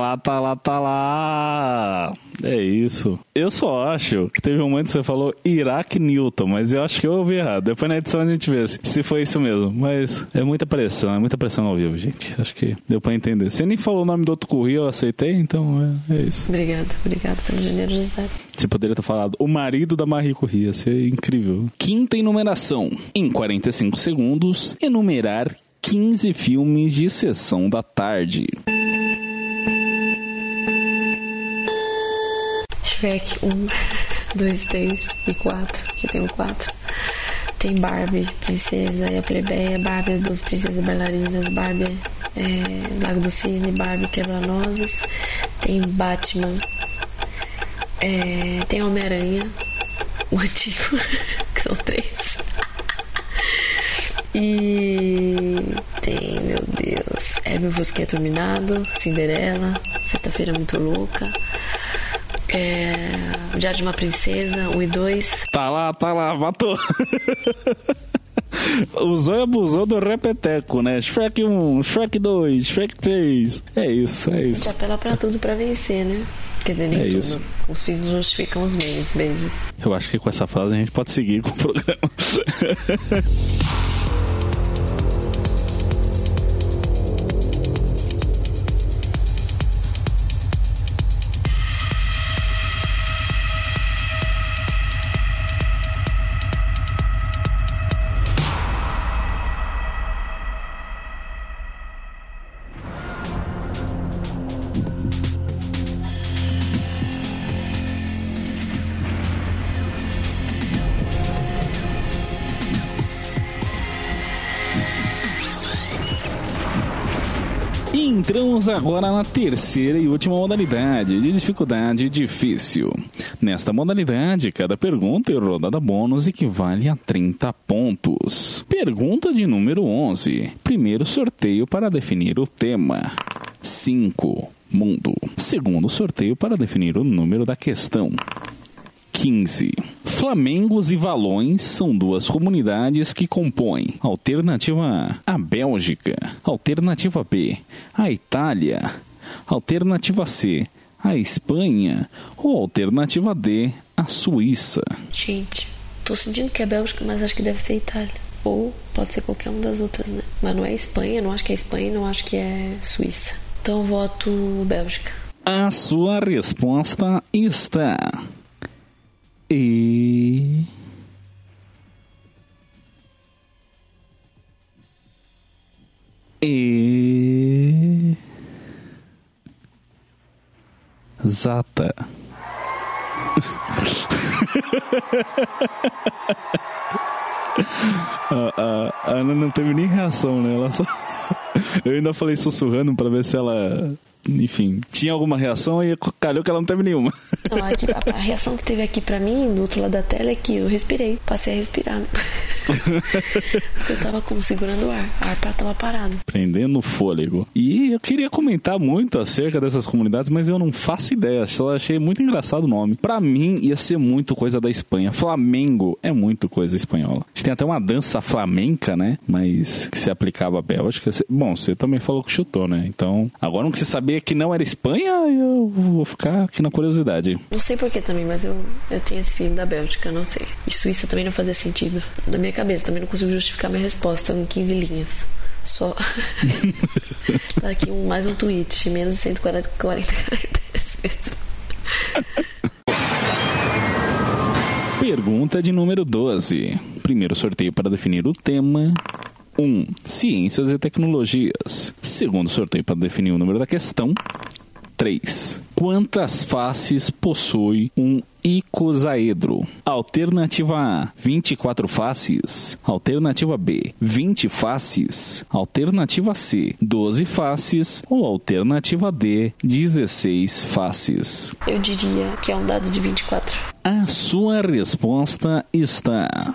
lá. É isso. Eu só acho que teve um momento que você falou Isaac Newton, mas eu acho que eu ouvi errado. Depois na edição a gente vê se foi isso mesmo. Mas é muita pressão ao vivo, gente. Acho que deu pra entender. Você nem falou o nome do outro Curie, eu aceitei, então é isso. Obrigado pela generosidade. Você poderia ter falado o marido da Marie Curie, ia ser incrível. Quinta enumeração. Em 45 segundos, enumerar 15 filmes de sessão da tarde. Shrek 1, 2, 3 e 4. Aqui tem o 4. Tem Barbie, Princesa e a Plebeia, Barbie, as 12 princesas bailarinas, Barbie, Lago do Cisne, Barbie, Quebra-Nozes. Tem Batman. Tem Homem-Aranha, o antigo, que são 3. E tem, meu Deus, Meu Fusquinha Turbinado, Cinderela, Sexta-feira Muito Louca, O Diário de uma Princesa, 1 e 2. Tá lá, matou. Usou e abusou do repeteco, né? Shrek 1, Shrek 2, Shrek 3. É isso. A gente apela pra tudo pra vencer, né? Quer dizer, nem tudo. Isso. Os fins justificam os meios. Beijos. Eu acho que com essa frase a gente pode seguir com o programa. Entramos agora na terceira e última modalidade de dificuldade difícil. Nesta modalidade, cada pergunta é rodada bônus equivale a 30 pontos. Pergunta de número 11. Primeiro sorteio para definir o tema. 5. Mundo. Segundo sorteio para definir o número da questão. 15. Flamengos e Valões são duas comunidades que compõem. Alternativa A, a Bélgica. Alternativa B, a Itália. Alternativa C, a Espanha. Ou alternativa D, a Suíça. Gente, tô sentindo que é Bélgica, mas acho que deve ser Itália. Ou pode ser qualquer uma das outras, né? Mas não é Espanha, não acho que é Espanha, não acho que é Suíça. Então eu voto Bélgica. A sua resposta está... Exata. A Ana não teve nem reação, né? Ela só... Eu ainda falei sussurrando pra ver se ela... Enfim, tinha alguma reação e calhou que ela não teve nenhuma. Não, aqui, a reação que teve aqui pra mim, do outro lado da tela, é que eu respirei. Passei a respirar. Eu tava segurando o ar. A ar tava parado. Prendendo o fôlego. E eu queria comentar muito acerca dessas comunidades, mas eu não faço ideia. Só achei muito engraçado o nome. Pra mim, ia ser muito coisa da Espanha. Flamengo é muito coisa espanhola. A gente tem até uma dança flamenca, né? Mas que se aplicava à Bélgica. Bom, você também falou que chutou, né? Então, agora não que você sabia sabia que não era Espanha, eu vou ficar aqui na curiosidade. Não sei porquê também, mas eu tinha esse filme da Bélgica, não sei. E Suíça também não fazia sentido. Na minha cabeça, também não consigo justificar minha resposta em 15 linhas. Só. Tá aqui mais um tweet, menos de 140 caracteres mesmo. Pergunta de número 12. Primeiro sorteio para definir o tema. 1. Ciências e tecnologias. Segundo sorteio para definir o número da questão. 3. Quantas faces possui um icosaedro? Alternativa A, 24 faces. Alternativa B, 20 faces. Alternativa C, 12 faces. Ou alternativa D, 16 faces. Eu diria que é um dado de 24. A sua resposta está...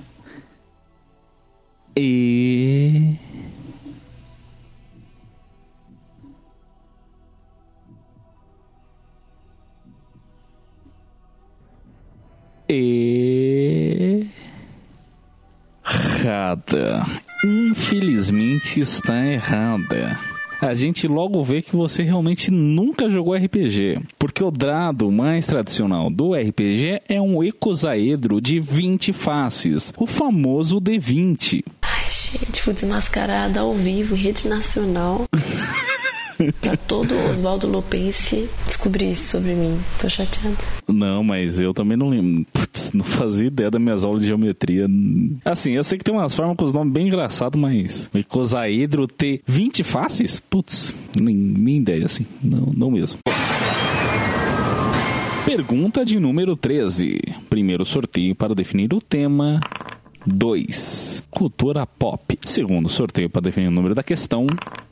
Errada. Infelizmente está errada. A gente logo vê que você realmente nunca jogou RPG, porque o dado mais tradicional do RPG é um icosaedro de 20 faces, o famoso D20. Ai, gente, fui desmascarada ao vivo, em rede nacional. Pra todo Oswaldo Lopense descobrir isso sobre mim. Tô chateada. Não, mas eu também não lembro. Putz, não fazia ideia das minhas aulas de geometria. Assim, eu sei que tem umas formas com os nomes bem engraçados, mas o icosaedro ter 20 faces? Putz, nem ideia, assim. Não mesmo. Pergunta de número 13. Primeiro sorteio para definir o tema. 2. Cultura pop. Segundo sorteio para definir o número da questão.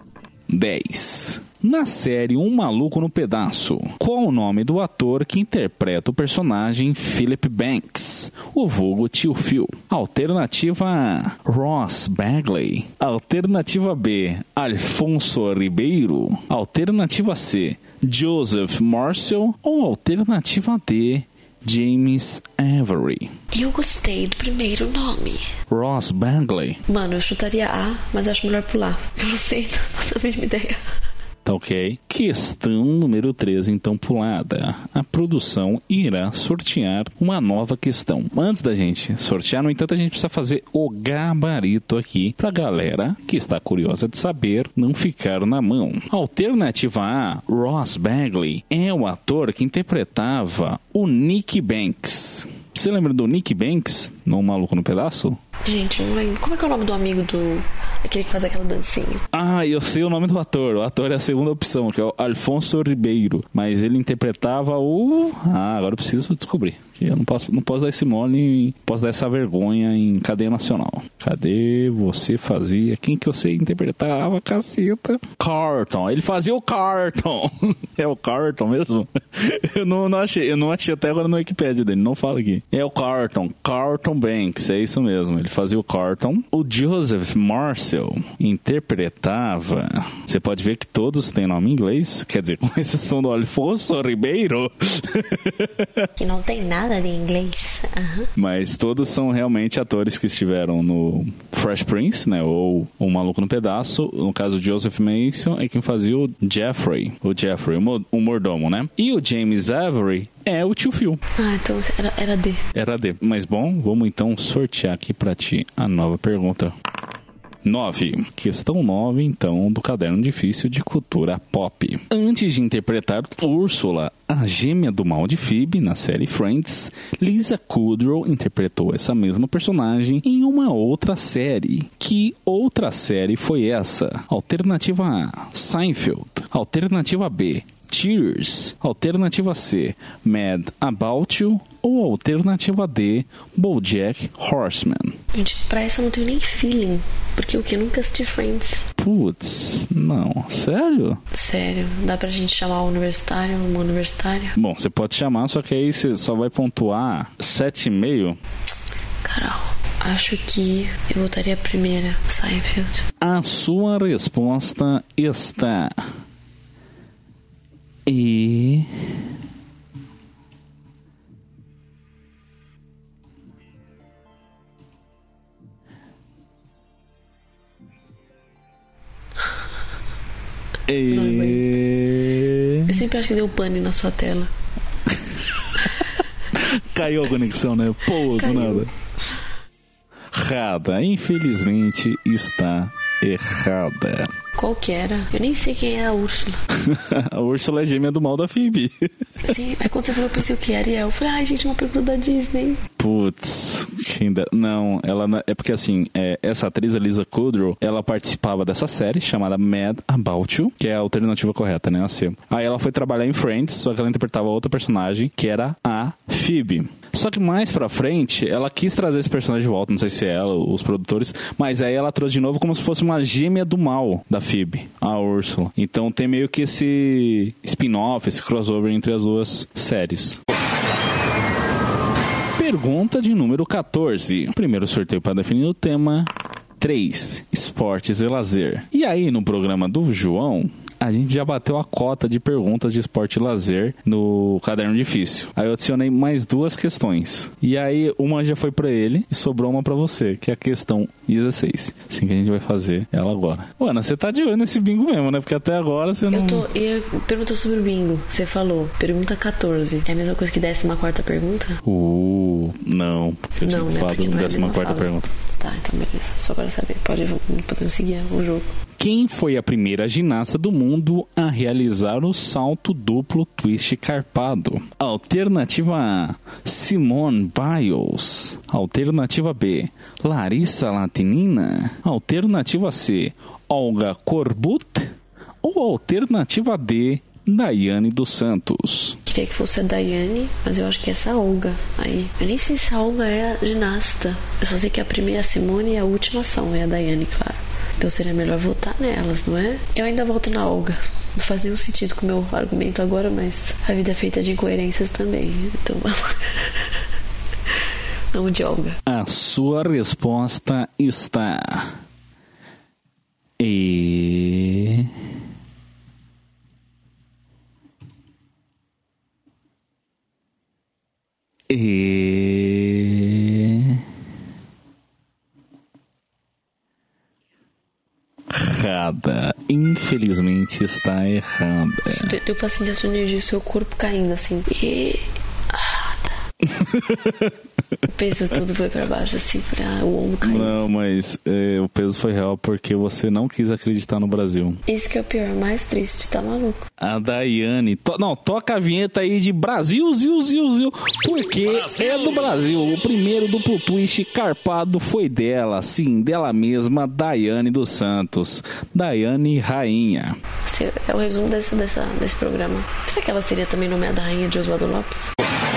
10. Na série Um Maluco no Pedaço, qual o nome do ator que interpreta o personagem Philip Banks, o vulgo Tio Phil? Alternativa A, Ross Bagley. Alternativa B, Alfonso Ribeiro. Alternativa C, Joseph Marcel. Ou alternativa D, James Avery. Eu gostei do primeiro nome. Ross Bagley. Mano, eu chutaria A, mas acho melhor pular. Eu não sei, não faço a mínima ideia. Tá ok? Questão número 13, então pulada. A produção irá sortear uma nova questão. Antes da gente sortear, no entanto, a gente precisa fazer o gabarito aqui pra galera que está curiosa de saber não ficar na mão. Alternativa A, Ross Bagley é o ator que interpretava o Nick Banks. Você lembra do Nick Banks, no Maluco no Pedaço? Gente, não lembro. Como é que é o nome do amigo do... aquele que faz aquela dancinha? Ah, eu sei o nome do ator. O ator é a segunda opção, que é o Alfonso Ribeiro. Mas ele interpretava o... Ah, agora eu preciso descobrir. Eu não posso dar esse mole, posso dar essa vergonha em cadeia nacional. Cadê você fazia? Quem que você interpretava, caceta? Carlton. Ele fazia o Carlton. É o Carlton mesmo? Eu não achei até agora no Wikipedia dele. Não fala aqui. É o Carlton. Carlton Banks. É isso mesmo. Ele fazia o Carlton. O Joseph Marcel interpretava... Você pode ver que todos têm nome em inglês. Quer dizer, com exceção do Alfonso Ribeiro. Que não tem nada de inglês. Uhum. Mas todos são realmente atores que estiveram no Fresh Prince, né? Ou O Maluco no Pedaço. No caso, o Joseph Mason é quem fazia o Jeffrey. O mordomo, né? E o James Avery é o Tio Phil. Ah, então era D. Era D. Mas bom, vamos então sortear aqui pra ti a nova pergunta. 9. Questão 9, então, do Caderno Difícil de Cultura Pop. Antes de interpretar Úrsula, a gêmea do mal de Phoebe, na série Friends, Lisa Kudrow interpretou essa mesma personagem em uma outra série. Que outra série foi essa? Alternativa A, Seinfeld. Alternativa B, Cheers. Alternativa C, Mad About You. Ou alternativa D, BoJack Horseman. Gente, pra essa eu não tenho nem feeling. Porque o que? Eu nunca assisti Friends. Putz, não. Sério? Sério. Dá pra gente chamar o universitário, uma universitária? Bom, você pode chamar, só que aí você só vai pontuar 7,5. Carol, acho que eu votaria a primeira, Seinfeld. A sua resposta está... sempre acho que deu pane na sua tela. Caiu a conexão, né? Pô, do nada. Errada. Infelizmente está errada. Qual que era? Eu nem sei quem é a Úrsula. A Úrsula é gêmea do mal da Phoebe. Sim, aí quando você falou, eu pensei o que era Ariel. Eu falei, ai gente, uma pergunta da Disney. Putz, não, ela é porque assim, essa atriz, a Lisa Kudrow, ela participava dessa série chamada Mad About You, que é a alternativa correta, né, a C. Aí ela foi trabalhar em Friends, só que ela interpretava outra personagem, que era a Phoebe. Só que mais pra frente, ela quis trazer esse personagem de volta, não sei se é ela, os produtores, mas aí ela trouxe de novo como se fosse uma gêmea do mal da Phoebe, a Úrsula. Então tem meio que esse spin-off, esse crossover entre as duas séries. Pergunta de número 14. Primeiro sorteio para definir o tema. 3. Esportes e lazer. E aí, no programa do João, a gente já bateu a cota de perguntas de esporte e lazer no Caderno Difícil. Aí eu adicionei mais 2 questões. E aí, uma já foi pra ele e sobrou uma pra você, que é a questão 16. Assim que a gente vai fazer ela agora. Ana, você tá de olho nesse bingo mesmo, né? Porque até agora você não... E perguntou sobre o bingo. Você falou, pergunta 14. É a mesma coisa que 14ª pergunta? Não. Porque eu tinha falado da 14ª pergunta. Tá, então beleza. Só para saber. Podemos seguir o jogo. Quem foi a primeira ginasta do mundo a realizar o salto duplo twist carpado? Alternativa A, Simone Biles. Alternativa B, Larissa Latinina. Alternativa C, Olga Korbut. Ou alternativa D, Daiane dos Santos. Queria que fosse a Daiane, mas eu acho que é essa Olga aí. Eu nem sei se a Olga é a ginasta. Eu só sei que a primeira é a Simone e a última é a Daiane, claro. Então seria melhor votar nelas, não é? Eu ainda voto na Olga. Não faz nenhum sentido com o meu argumento agora, mas a vida é feita de incoerências também. Então vamos de Olga. A sua resposta está... Errada. Infelizmente está errada. Deu pra sentir a sua energia, o seu corpo caindo assim. O peso tudo foi pra baixo, assim, o ombro caiu. Não, mas o peso foi real porque você não quis acreditar no Brasil. Isso que é o pior, mais triste, tá maluco? A Daiane... toca a vinheta aí de Brasil, ziu, porque é do Brasil. O primeiro duplo twist carpado foi dela, sim, dela mesma, Daiane dos Santos. Daiane Rainha. É o resumo desse programa. Será que ela seria também nomeada Rainha de Oswaldo Lopes?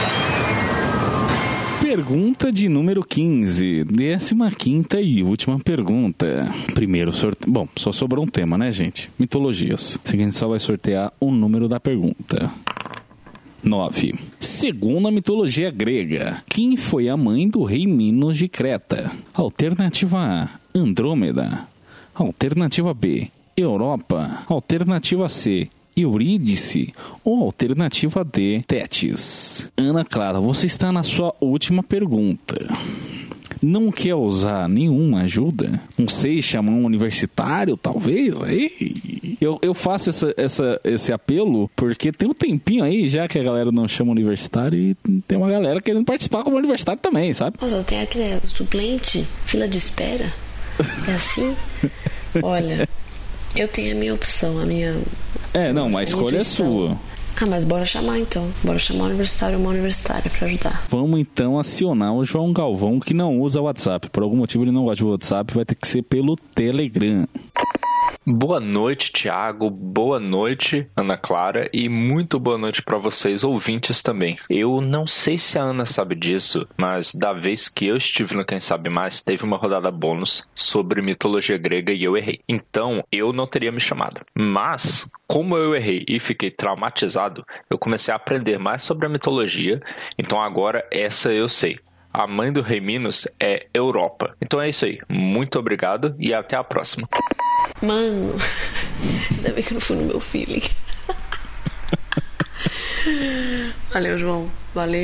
Pergunta de número 15, 15ª e última pergunta. Primeiro sorteio... Bom, só sobrou um tema, né, gente? Mitologias. Assim que a gente só vai sortear o número da pergunta. 9. Segundo a mitologia grega, quem foi a mãe do rei Minos de Creta? Alternativa A, Andrômeda. Alternativa B, Europa. Alternativa C, Eurídice. Ou alternativa D, Tétis. Ana Clara, você está na sua última pergunta. Não quer usar nenhuma ajuda? Não sei, chamar um universitário, talvez? Aí. Eu faço esse apelo porque tem um tempinho aí já que a galera não chama universitário e tem uma galera querendo participar como universitário também, sabe? Nossa, tem aquele suplente, fila de espera. É assim? Olha, eu tenho a minha opção, a minha... Não, a escolha é sua. Mas bora chamar então. Bora chamar um universitário ou uma universitária pra ajudar. Vamos então acionar o João Galvão, que não usa o WhatsApp. Por algum motivo ele não gosta de WhatsApp, vai ter que ser pelo Telegram. Boa noite, Thiago. Boa noite, Ana Clara. E muito boa noite para vocês, ouvintes também. Eu não sei se a Ana sabe disso, mas da vez que eu estive no Quem Sabe Mais, teve uma rodada bônus sobre mitologia grega e eu errei. Então, eu não teria me chamado. Mas, como eu errei e fiquei traumatizado, eu comecei a aprender mais sobre a mitologia. Então agora essa eu sei. A mãe do rei Minos é Europa. Então é isso aí. Muito obrigado e até a próxima. Mano, ainda bem que eu não fui no meu feeling. Valeu, João. Valeu.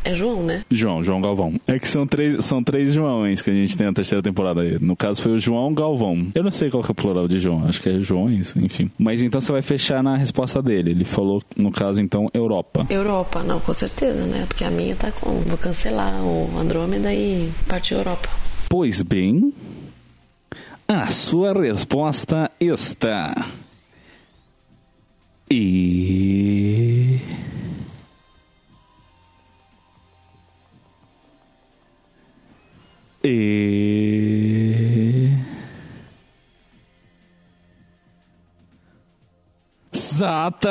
É João, né? João Galvão. É que são três Joões que a gente tem na terceira temporada aí. No caso foi o João Galvão. Eu não sei qual que é o plural de João. Acho que é Joões, enfim. Mas então você vai fechar na resposta dele. Ele falou, no caso, então, Europa. Europa, não, com certeza, né? Porque a minha tá com... Vou cancelar o Andrômeda e partir Europa. Pois bem, a sua resposta está... Exata!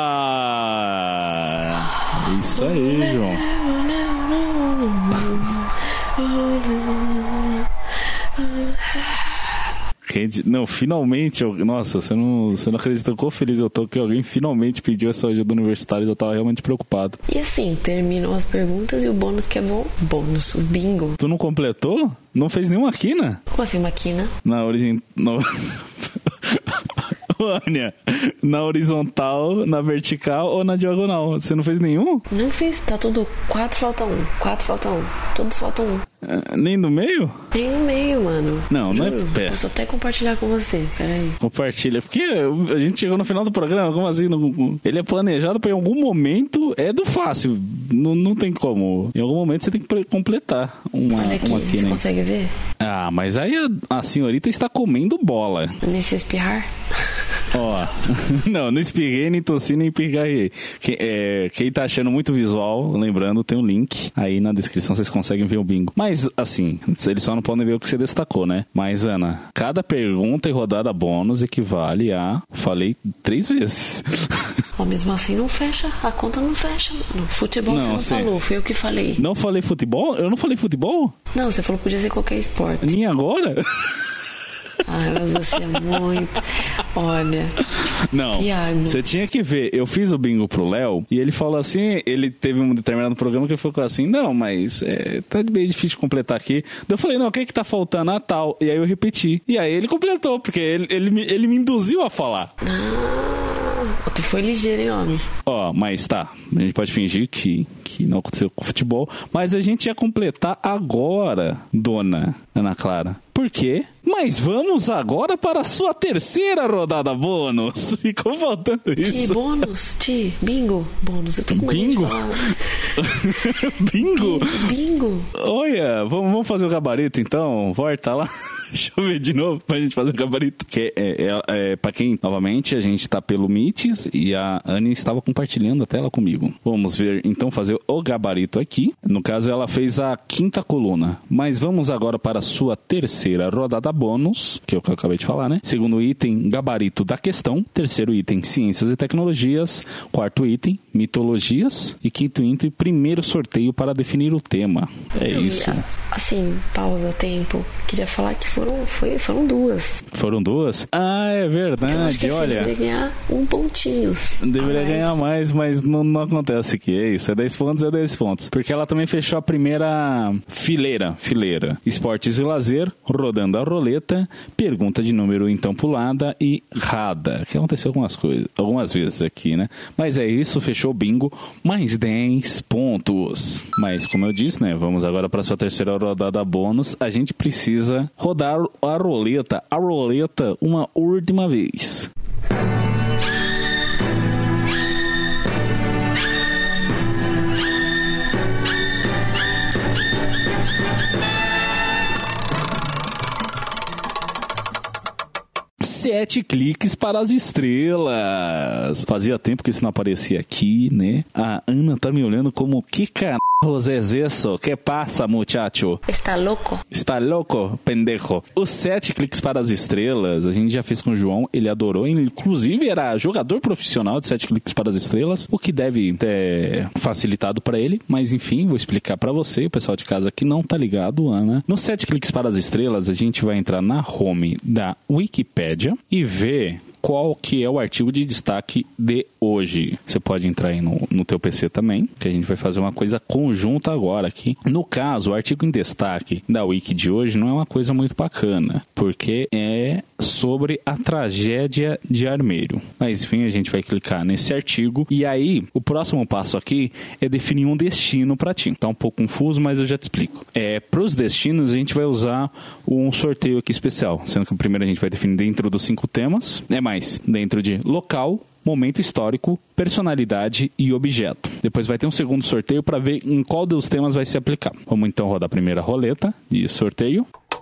Isso aí, João. Não, finalmente, nossa, você não acredita quão feliz eu tô que alguém finalmente pediu essa ajuda universitária e eu tava realmente preocupado. E assim, terminam as perguntas e o bônus que é bom. Bônus, o bingo. Tu não completou? Não fez nenhuma quina? Como assim, uma quina? Na origem... Ania, na horizontal, na vertical ou na diagonal? Você não fez nenhum? Não fiz, tá tudo 4 falta 1, 4 falta 1, todos faltam 1. Nem no meio? Nem no meio, mano. Não, juro, não é pé. Posso até compartilhar com você, peraí. Compartilha, porque a gente chegou no final do programa, como assim? Ele é planejado pra em algum momento, é do fácil, não tem como. Em algum momento você tem que completar Olha aqui, uma você consegue ver? Ah, mas aí a senhorita está comendo bola. Nesse espirrar? Ó, não espirrei, nem tossi, nem pigarrei. Quem tá achando muito visual, lembrando, tem um link aí na descrição, vocês conseguem ver o bingo. Mas, assim, eles só não podem ver o que você destacou, né? Mas, Ana, cada pergunta e rodada bônus equivale a... Falei 3 vezes. Ó, mesmo assim não fecha, a conta não fecha, mano. Futebol não, você não falou, foi eu que falei. Não falei futebol? Eu não falei futebol? Não, você falou que podia ser qualquer esporte. Nem agora? Ai, mas você é muito... Olha... Não, Thiago. Você tinha que ver. Eu fiz o bingo pro Léo e ele falou assim... Ele teve um determinado programa que ele falou assim... Não, mas tá bem difícil de completar aqui. Daí eu falei, não, o que tá faltando? Ah, tal. E aí eu repeti. E aí ele completou, porque ele me induziu a falar. Tu foi ligeiro, hein, homem? Ó, mas tá. A gente pode fingir que não aconteceu com o futebol. Mas a gente ia completar agora, dona Ana Clara. Por quê? Mas vamos agora para a sua terceira rodada bônus. Ficou faltando isso. Bônus, bingo. Bônus, eu tô com medo de falar. Bingo? Bingo. Olha, vamos fazer o gabarito então. Volta lá. Deixa eu ver de novo pra gente fazer o gabarito. Que pra quem, novamente, a gente tá pelo Meets e a Anne estava compartilhando a tela comigo. Vamos ver, então, fazer o gabarito aqui. No caso, ela fez a 5ª coluna. Mas vamos agora para a sua terceira rodada bônus, que é o que eu acabei de falar, né? Segundo item, gabarito da questão. Terceiro item, ciências e tecnologias. Quarto item, mitologias. E quinto item, primeiro sorteio para definir o tema. Isso. Assim, pausa, tempo. Queria falar que foram 2. Foram 2? Ah, é verdade. Eu acho que olha. Deveria ganhar 1 pontinho. Deveria ganhar mais, mas não acontece aqui. É isso, é 10 pontos, é 10 pontos. Porque ela também fechou a primeira fileira. Esportes e lazer, rodando a roleta, pergunta de número então pulada e rada. Que aconteceu algumas vezes aqui, né? Mas é isso, fechou o bingo, mais 10 pontos. Mas como eu disse, né? Vamos agora para sua terceira rodada bônus. A gente precisa rodar a roleta uma última vez. Sete cliques para as estrelas. Fazia tempo que isso não aparecia aqui, né? A Ana tá me olhando como que caralhos é isso? Que passa, muchacho? Está louco? Está louco, pendejo. Os 7 cliques para as estrelas, a gente já fez com o João, ele adorou, ele inclusive era jogador profissional de 7 cliques para as estrelas, o que deve ter facilitado para ele, mas enfim, vou explicar para você, o pessoal de casa que não tá ligado, Ana. No 7 cliques para as estrelas, a gente vai entrar na home da Wikipédia e ver qual que é o artigo de destaque de hoje. Você pode entrar aí no teu PC também, que a gente vai fazer uma coisa conjunta agora aqui. No caso, o artigo em destaque da Wiki de hoje não é uma coisa muito bacana, porque é sobre a tragédia de Armeiro. Mas enfim, a gente vai clicar nesse artigo e aí o próximo passo aqui é definir um destino para ti. Tá um pouco confuso, mas eu já te explico. Para os destinos a gente vai usar um sorteio aqui especial, sendo que primeiro a gente vai definir dentro dos 5 temas, dentro de local, momento histórico, personalidade e objeto. Depois vai ter um segundo sorteio para ver em qual dos temas vai se aplicar. Vamos então rodar a primeira roleta de sorteio.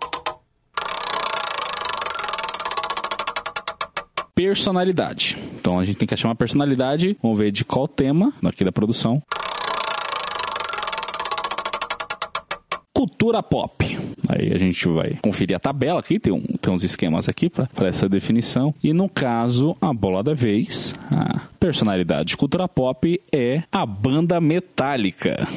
Personalidade. Então a gente tem que achar uma personalidade. Vamos ver de qual tema aqui da produção. Cultura pop. Aí a gente vai conferir a tabela aqui, tem uns esquemas aqui para essa definição. E no caso, a bola da vez, a personalidade de cultura pop é a banda Metallica.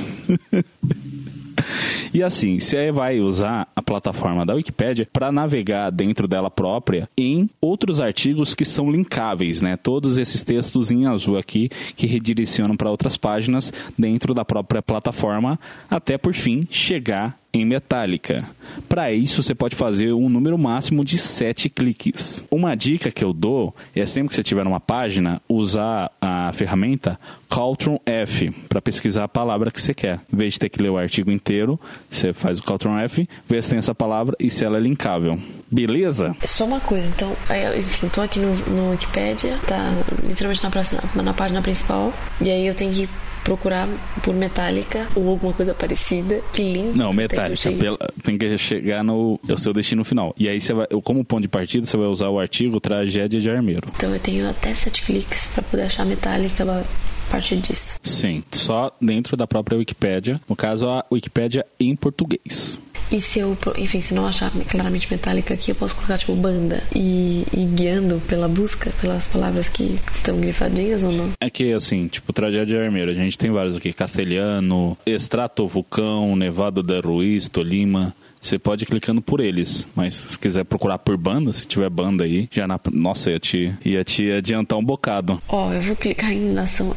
E assim, você vai usar a plataforma da Wikipédia para navegar dentro dela própria em outros artigos que são linkáveis, né? Todos esses textos em azul aqui que redirecionam para outras páginas dentro da própria plataforma, até por fim chegar em Metallica. Para isso, você pode fazer um número máximo de 7 cliques. Uma dica que eu dou é sempre que você tiver numa página, usar a ferramenta Ctrl F para pesquisar a palavra que você quer. Em vez de ter que ler o artigo inteiro, você faz o Ctrl F, vê se tem essa palavra e se ela é linkável. Beleza? Só uma coisa, então, enfim, tô aqui no Wikipedia, tá literalmente na página principal, e aí eu tenho que procurar por Metallica ou alguma coisa parecida. Que link? Não, Metallica. Tem que chegar no seu destino final. E aí, você vai, como ponto de partida, você vai usar o artigo Tragédia de Armeiro. Então eu tenho até 7 cliques para poder achar Metallica a partir disso. Sim, só dentro da própria Wikipédia. No caso, a Wikipédia em português. E se eu, enfim, se não achar claramente Metallica aqui, eu posso colocar tipo banda e guiando pela busca, pelas palavras que estão grifadinhas ou não? É que assim, tipo, Tragédia de Armeiro, a gente tem vários aqui, Castelhano, Estratovulcão, Nevado da Ruiz, Tolima. Você pode ir clicando por eles, mas se quiser procurar por banda, se tiver banda aí, nossa, ia te adiantar um bocado. Eu vou clicar em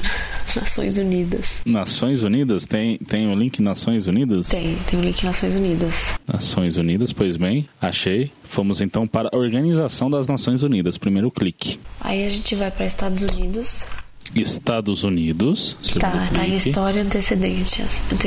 Nações Unidas. Nações Unidas? Tem o link Nações Unidas? Tem o link Nações Unidas. Nações Unidas, pois bem, achei. Fomos então para a Organização das Nações Unidas, primeiro clique. Aí a gente vai para Estados Unidos. Estados Unidos. Tá em história antecedentes.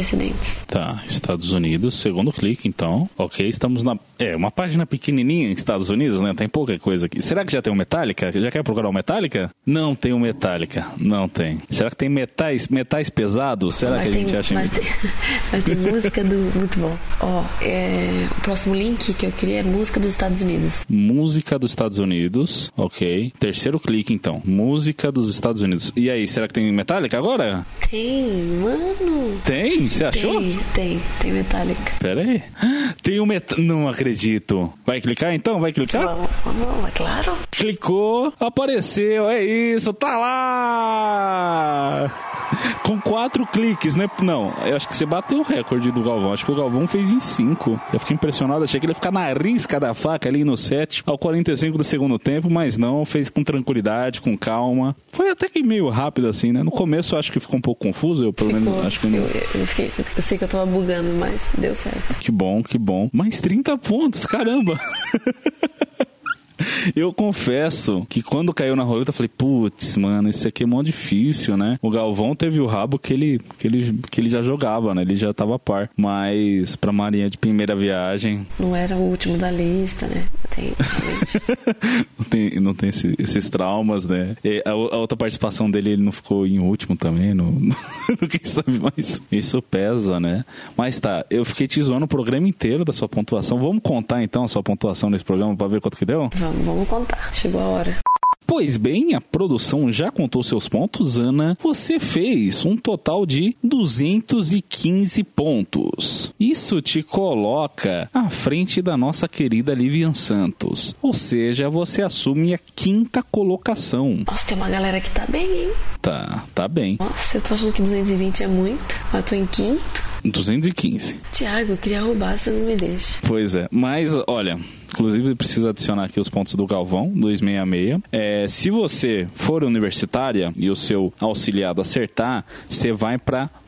Tá, Estados Unidos, segundo clique, então. Ok, estamos uma página pequenininha em Estados Unidos, né? Tem pouca coisa aqui. Será que já tem um Metallica? Já quer procurar um Metallica? Não tem um Metallica, não tem. Será que tem metais pesados? Será que a gente acha... Mas tem música muito bom. O próximo link que eu queria é música dos Estados Unidos. Música dos Estados Unidos, ok. Terceiro clique, então. Música dos Estados Unidos. E aí, será que tem Metallica agora? Tem, mano. Tem? Você achou? Tem Metallica. Pera aí. Tem um Metallica. Não acredito. Vai clicar então? Vai clicar? Vamos, é claro. Clicou, apareceu, é isso, tá lá! Com 4 cliques, né? Não, eu acho que você bateu o recorde do Galvão. Acho que o Galvão fez em 5. Eu fiquei impressionado, achei que ele ia ficar na risca da faca ali no 7, ao 45 do segundo tempo, mas não, fez com tranquilidade, com calma. Foi até que meio rápido assim, né? No começo eu acho que ficou um pouco confuso, eu pelo menos acho que não. Eu sei que eu tava bugando, mas deu certo. Que bom. Mais 30 pontos, caramba! Eu confesso que quando caiu na roleta eu falei, putz, mano, esse aqui é mó difícil, né? O Galvão teve o rabo que ele já jogava, né? Ele já tava a par. Mas pra Marinha de primeira viagem... Não era o último da lista, né? Não tem esses traumas, né? E a outra participação dele, ele não ficou em último também, quem sabe mais. Isso pesa, né? Mas tá, eu fiquei te zoando o programa inteiro da sua pontuação. Vamos contar então a sua pontuação nesse programa pra ver quanto que deu? Vamos contar. Chegou a hora. Pois bem, a produção já contou seus pontos, Ana. Você fez um total de 215 pontos. Isso te coloca à frente da nossa querida Livian Santos. Ou seja, você assume a 5ª colocação. Nossa, tem uma galera que tá bem, hein? Tá bem. Nossa, eu tô achando que 220 é muito, mas eu tô em 5º. 215. Tiago, eu queria roubar, você não me deixa. Pois é, mas olha... Inclusive, preciso adicionar aqui os pontos do Galvão, 266. Se você for universitária e o seu auxiliado acertar, você vai para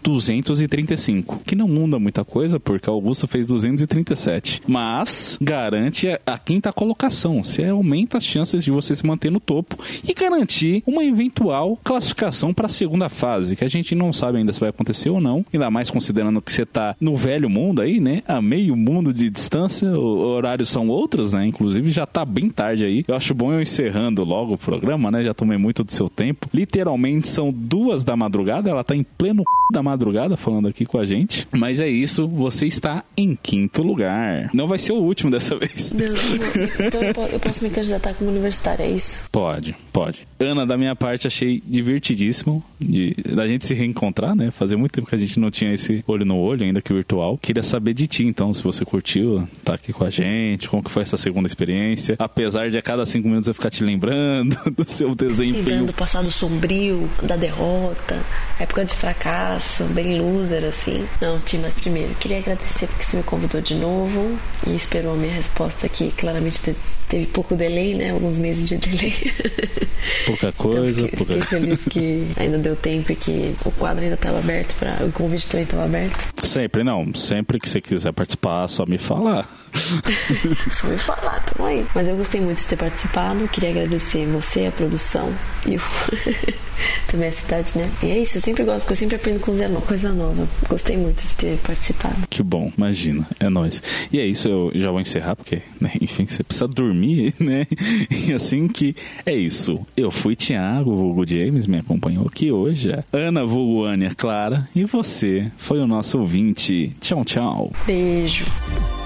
235, que não muda muita coisa, porque Augusto fez 237, mas garante a quinta colocação. Você aumenta as chances de você se manter no topo e garantir uma eventual classificação para a segunda fase, que a gente não sabe ainda se vai acontecer ou não, ainda mais considerando que você tá no velho mundo aí, né, a meio mundo de distância, horários são outros, né, inclusive já tá bem tarde aí. Eu acho bom eu encerrando logo o programa, né, já tomei muito do seu tempo. Literalmente são 2 da madrugada, ela tá em pleno da madrugada falando aqui com a gente, mas é isso, você está em 5º lugar. Não vai ser o último dessa vez. Não. Então eu posso me candidatar como universitária, é isso? Pode. Ana, da minha parte, achei divertidíssimo da gente se reencontrar, né? Fazia muito tempo que a gente não tinha esse olho no olho, ainda que virtual. Queria saber de ti, então, se você curtiu, tá aqui com a gente, como que foi essa segunda experiência, apesar de a cada 5 minutos eu ficar te lembrando do seu desempenho. Lembrando do passado sombrio, da derrota, época de fracasso, bem loser, assim. Não, Ti, mas primeiro, queria agradecer porque você me convidou de novo e esperou a minha resposta aqui. Claramente teve pouco delay, né? Alguns meses de delay. Pouca coisa, então, fiquei feliz que ainda deu tempo e que o quadro ainda estava aberto, o convite também estava aberto. Sempre que você quiser participar, só me falar. Só me falar, tamo aí. Mas eu gostei muito de ter participado, queria agradecer você, a produção e também a cidade, né? E é isso, eu sempre gosto, porque eu sempre aprendo coisa nova. Gostei muito de ter participado. Que bom, imagina, é nóis. E é isso, eu já vou encerrar, porque, né, enfim, você precisa dormir, né? E assim que é isso. Eu fui Thiago, vulgo James, me acompanhou aqui hoje. Ana, vulgo Ania Clara, e você foi o nosso ouvinte. Tchau, tchau. Beijo.